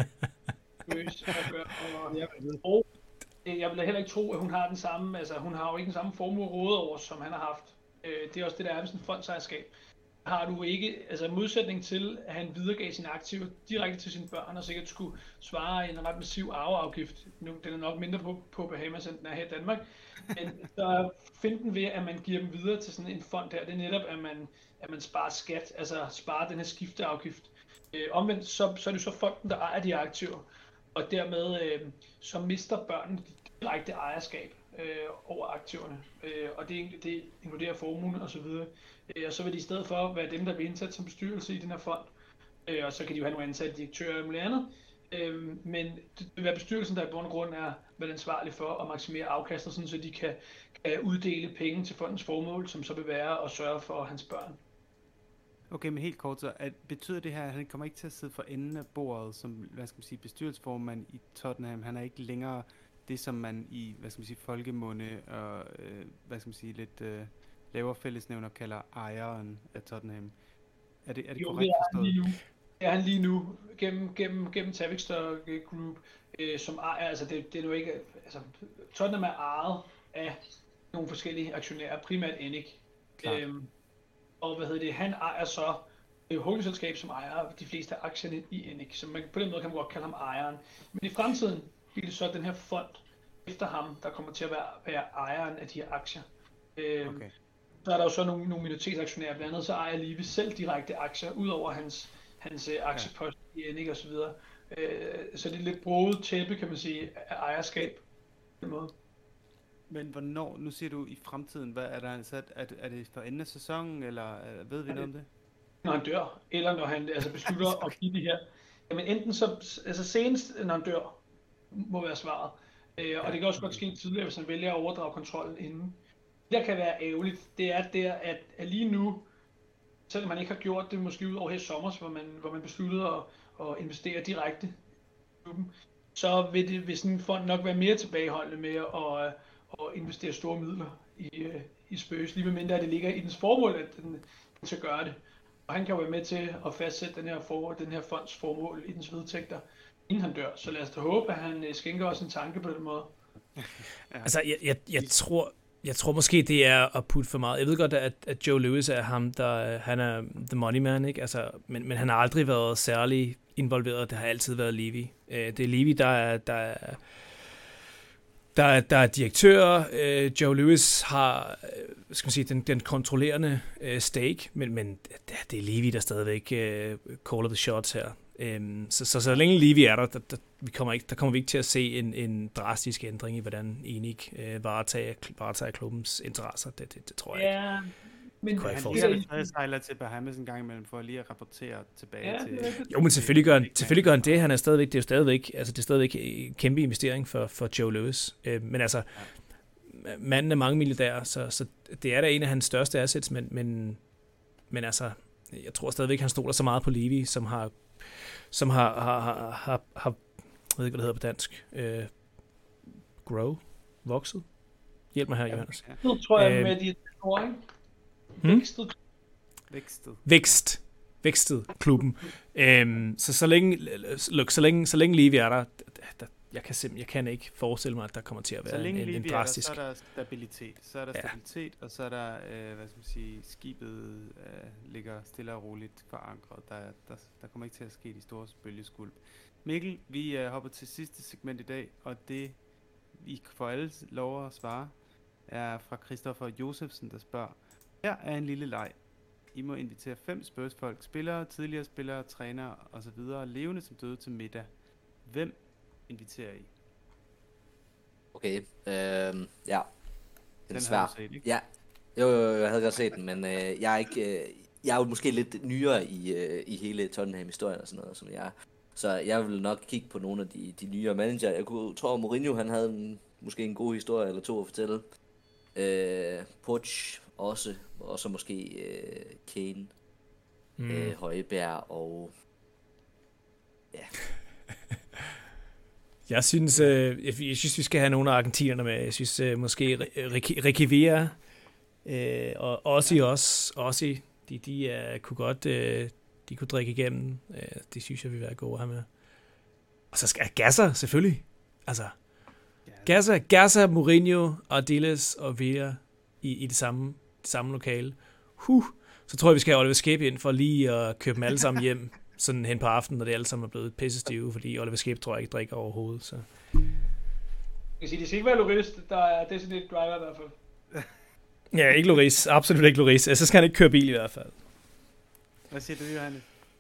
Og jeg vil heller ikke tro, at hun har den samme, altså hun har jo ikke den samme formue råde over, som han har haft. Det er også det, der er ved sådan et fondsejerskab. Har du ikke, altså modsætning til, at han videregav sine aktiver direkte til sine børn, og sikkert skulle svare en ret massiv arveafgift. Den er nok mindre på Bahamas, end den er her i Danmark. Men der er finten ved, at man giver dem videre til sådan en fond her, det er netop, at man sparer skat, altså sparer den her skifteafgift. Omvendt, så er det så fonden, der ejer de aktiver, og dermed så mister børnene direkte ejerskab over aktiverne, og det inkluderer formuen og så videre. Og så vil de i stedet for være dem, der bliver indsat som bestyrelse i den her fond, og så kan de jo have nogle ansatte direktører og muligt andet. Men det vil være bestyrelsen, der i bund og grund er vel ansvarlig for at maksimere afkastet, sådan så de kan uddele penge til fondens formål, som så vil være at sørge for hans børn. Okay, men helt kort så, betyder det her, at han kommer ikke til at sidde for enden af bordet som, bestyrelsesformand i Tottenham? Han er ikke længere det, som man i, folkemunde og, lidt lavere fællesnævner kalder ejeren af Tottenham. Er det korrekt forstået? Det er han lige nu, gennem Tavistock Group, som ejer, altså det er nu ikke, altså Tottenham er ejet af nogle forskellige aktionærer, primært Enik. Og han ejer så holdingselskab, som ejer de fleste af aktierne i Enik, så på den måde kan man godt kalde ham ejeren. Men i fremtiden bliver det så den her fond efter ham, der kommer til at være ejeren af de her aktier. Okay. Så er der jo så nogle minoritetsaktionærer, blandt andet så ejer Live selv direkte aktier, ud over hans aktiepost i Enik og så videre. Så det er lidt broget tæppe, kan man sige, af ejerskab på den måde. Men hvornår, nu siger du i fremtiden, hvad er der ansat? Er det for enden af sæsonen, eller ved vi noget om det? Når han dør, eller når han beslutter at give de her. Jamen enten så, senest når han dør, må være svaret. Og det kan også godt ske tidligere, hvis han vælger at overdrage kontrollen inden. Det der kan være ærgerligt, det er at lige nu, selvom man ikke har gjort det måske ud over her i sommer, hvor man besluttede at investere direkte i klubben, så vil sådan en fond nok være mere tilbageholdende med at investere store midler i Spurs, lige med mindre at det ligger i dens formål, at den skal gøre det. Og han kan jo være med til at fastsætte den her fonds formål i dens vedtægter, inden han dør. Så lad os da håbe, at han skænker os en tanke på den måde. Altså, jeg tror, Jeg tror måske, det er at putte for meget. Jeg ved godt, at Joe Louis er ham, han er the money man, ikke? Altså, men han har aldrig været særlig involveret. Det har altid været Levy. Det er Levy, der er direktør. Joe Louis har skal man sige, den kontrollerende stake, men det er Levy, der stadigvæk caller the shots her. Så længe Levy er der kommer vi ikke til at se en drastisk ændring i, hvordan Enik varetager klubbens interesser. Det tror jeg ikke. Men han lige sejler til Bahamas en gang imellem for lige at rapportere tilbage til... Jo, men selvfølgelig gør han det. Han er stadigvæk, det er stadigvæk en kæmpe investering for Joe Louis. Men altså, manden er mange milliardærer, så det er da en af hans største assets, men altså, jeg tror stadigvæk, han stoler så meget på Levy, som har jeg ved ikke, hvad det hedder på dansk. Vokset? Hjælp mig her, Johannes. Nu tror jeg med de ord, Vækstet klubben. Så længe Levy er der, jeg kan ikke forestille mig, at der kommer til at være en drastisk... Så er der stabilitet. Stabilitet, og så er der, hvad skal man sige, skibet ligger stille og roligt forankret. Der kommer ikke til at ske de store bølgeskuld. Mikkel, vi hopper til sidste segment i dag, og det, I får alle lov at svare, er fra Christoffer Josefsen, der spørger: her er en lille leg. I må invitere 5 Spurs-folk, spillere, tidligere spillere, trænere osv., levende som døde, til middag. Hvem inviterer I? Okay, ja. Den er svær. Set, ikke? Ja. Jo, jeg havde godt set den, men jeg er ikke... jeg er jo måske lidt nyere i hele Tottenham-historien og sådan noget, som jeg er. Så jeg vil nok kigge på nogle af de nyere manager. Jeg tror, Mourinho, han havde måske en god historie eller to at fortælle. Poch også, og så måske Kane, Højbjerg og... Ja... Jeg synes, vi skal have nogle af argentinerne med. Jeg synes måske Ricky Villa og Ossi, de kunne godt, de kunne drikke igennem. Det synes jeg vil være gode at have med. Og så skal Gasser selvfølgelig. Altså Gasser, Mourinho, Ardiles og Villa i det samme lokale. Så tror jeg, vi skal have Oliver Skæbe ind for lige at købe dem alle sammen hjem. Sådan hen på aftenen, når det alle sammen er blevet pissestive, fordi Oliver Skæbe tror jeg ikke drikker overhovedet. Så. Jeg kan sige, det skal ikke være Lloris, der er designated driver i hvert fald. Ja, ikke Lloris. Absolut ikke Lloris. Så skal han ikke køre bil i hvert fald. Hvad siger du, Johannes?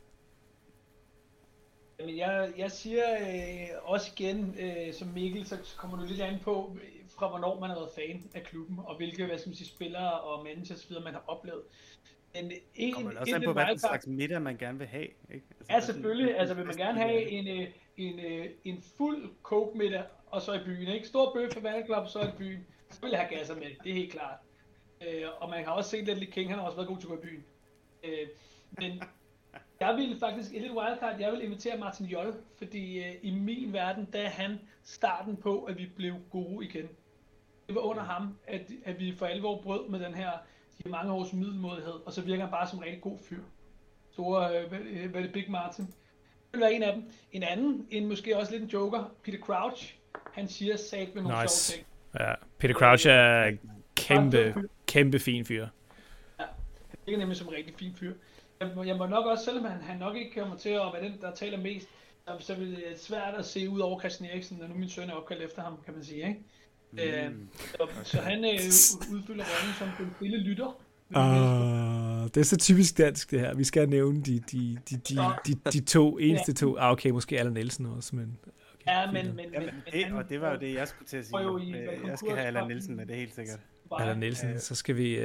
Jamen, jeg siger også igen, som Mikkel, så kommer du lidt an på, fra hvornår man har været fan af klubben, og hvilke, hvad skal man sige, spillere og managers videre, man har oplevet. Kommer man også an på, hvad slags middag man gerne vil have, ikke? Altså, ja, selvfølgelig. Altså, vil man gerne have en fuld coke middag, og så i byen, ikke? Stor bøf for Vandklub, så i byen. Så vil jeg have gasser med, det er helt klart. Og man har også set Ledley King, han har også været god til at gå i byen. Men jeg ville faktisk, et lidt wildcard, jeg vil invitere Martin Jol, fordi i min verden, der er han starten på, at vi blev gode igen. Det var under ham, at vi for alvor brød med den her de mange års middelmådighed, og så virker han bare som en rigtig god fyr. Store, hvad det Big Martin. Det vil være en af dem. En anden, en måske også lidt en joker, Peter Crouch. Han siger sat med nogle sjove ting. Ja, Peter Crouch er kæmpe fin fyr. Ja, det virker nemlig som en rigtig fin fyr. Jeg må nok også, selvom han nok ikke kommer til at være den, der taler mest, så vil det svært at se ud over Christian Eriksen, når nu min søn er opkaldt efter ham, kan man sige, ikke? Så han udfylder rollen som den lille lytter. Det er så typisk dansk det her. Vi skal nævne de to eneste to. Okay, måske Allan Nielsen også, men... Okay, ja, men og det var jo det, jeg skulle til at sige. Jeg skal have Allan Nielsen med, det er helt sikkert. Allan Nielsen, så skal vi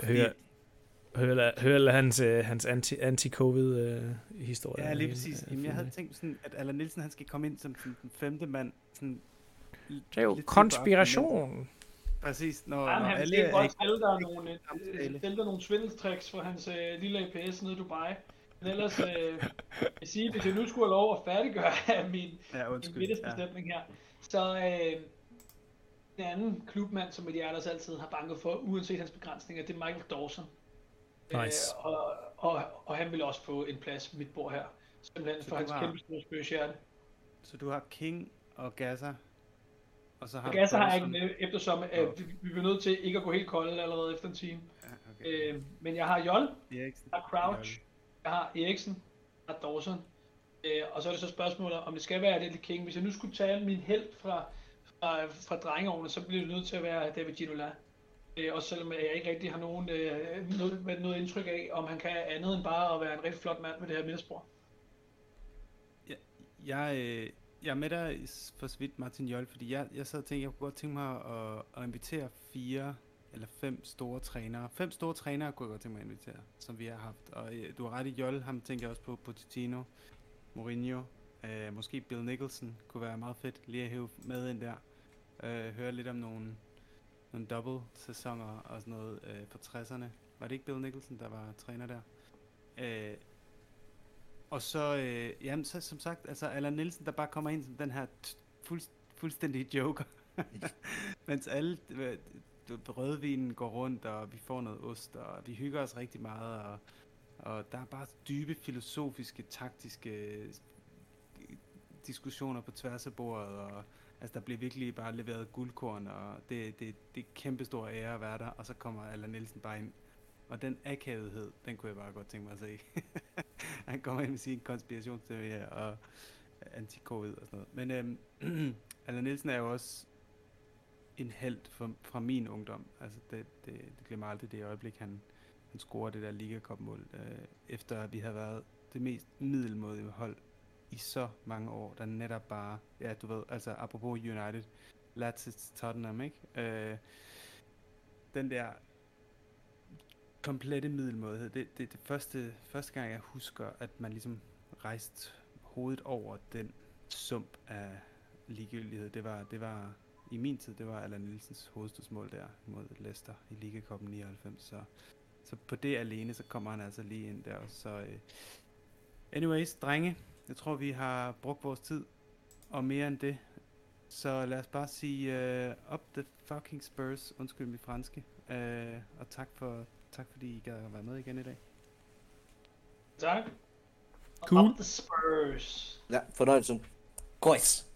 høre hans anti-covid-historie. Ja, lige præcis. Jamen, jeg havde tænkt sådan, at Allan Nielsen, han skal komme ind som den 5. mand, sådan. Det er jo konspiration. Præcis. Når han skal godt stille der nogle svindeltricks for hans lille APS nede i Dubai. Men ellers, jeg siger, hvis jeg nu skulle have lov at færdiggøre min middagsbestemning her, så en anden klubmand, som Mediators altid har banket for, uanset hans begrænsninger, det er Michael Dawson. Nice. Og han vil også få en plads mit bord her. Simpelthen for hans kæmpe store spørgehjerte. Så du har King og Gasser, Og så har Gasser har jeg Dawson. ikke med, eftersom vi bliver nødt til ikke at gå helt kolde allerede efter en time. Ja, okay. Men jeg har Jol, Eriksen. jeg har Crouch, jeg har Eriksen, jeg har Dawson. Og så er det så spørgsmålet, om det skal være Ledley King. Hvis jeg nu skulle tage min held fra drengeårene, så bliver det nødt til at være David Ginola. Også selvom jeg ikke rigtig har noget indtryk af, om han kan andet end bare at være en rigtig flot mand med det her midterspor. Jeg er med dig for så vidt, Martin Jol, fordi jeg sad og tænkte, jeg kunne godt tænke mig at invitere 4 eller 5 store trænere. 5 store trænere kunne jeg godt tænke mig at invitere, som vi har haft. Og du har ret i Jol, ham tænker jeg også på Pochettino, Mourinho, måske Bill Nicholson kunne være meget fedt lige at hæve med ind der. Høre lidt om nogle double-sæsoner og sådan noget fra 60'erne. Var det ikke Bill Nicholson, der var træner der? Og så, jamen så som sagt, altså Allan Nielsen, der bare kommer ind som den her fuldstændig joker. Mens alle rødvinen går rundt, og vi får noget ost, og vi hygger os rigtig meget, og der er bare dybe filosofiske, taktiske diskussioner på tværs af bordet, og altså der bliver virkelig bare leveret guldkorn, og det er kæmpestor ære at være der, og så kommer Allan Nielsen bare ind. Og den akavethed, den kunne jeg bare godt tænke mig at se. Han kommer ind med sin konspirationsteori og anti-covid og sådan noget. Men Allan Nielsen er jo også en helt fra min ungdom. Altså det glemmer aldrig det øjeblik, han scorer det der Liga Cup-mål, efter at vi havde været det mest middelmådige hold i så mange år, der netop bare, ja du ved, altså apropos United, Lads Tottenham, ikke? Den der komplette middelmådighed, det første gang jeg husker, at man ligesom rejste hovedet over den sump af ligegyldighed, det var i min tid, det var Allan Nielsens hovedstødsmål der mod Leicester i Liga Cup 99, så på det alene, så kommer han altså lige ind der, så anyways, drenge, jeg tror vi har brugt vores tid, og mere end det, så lad os bare sige up the fucking Spurs, undskyld mit franske, og tak fordi I gad at være med igen i dag. Tak. Cool. Up the Spurs. Ja, fornøjelse. Gois.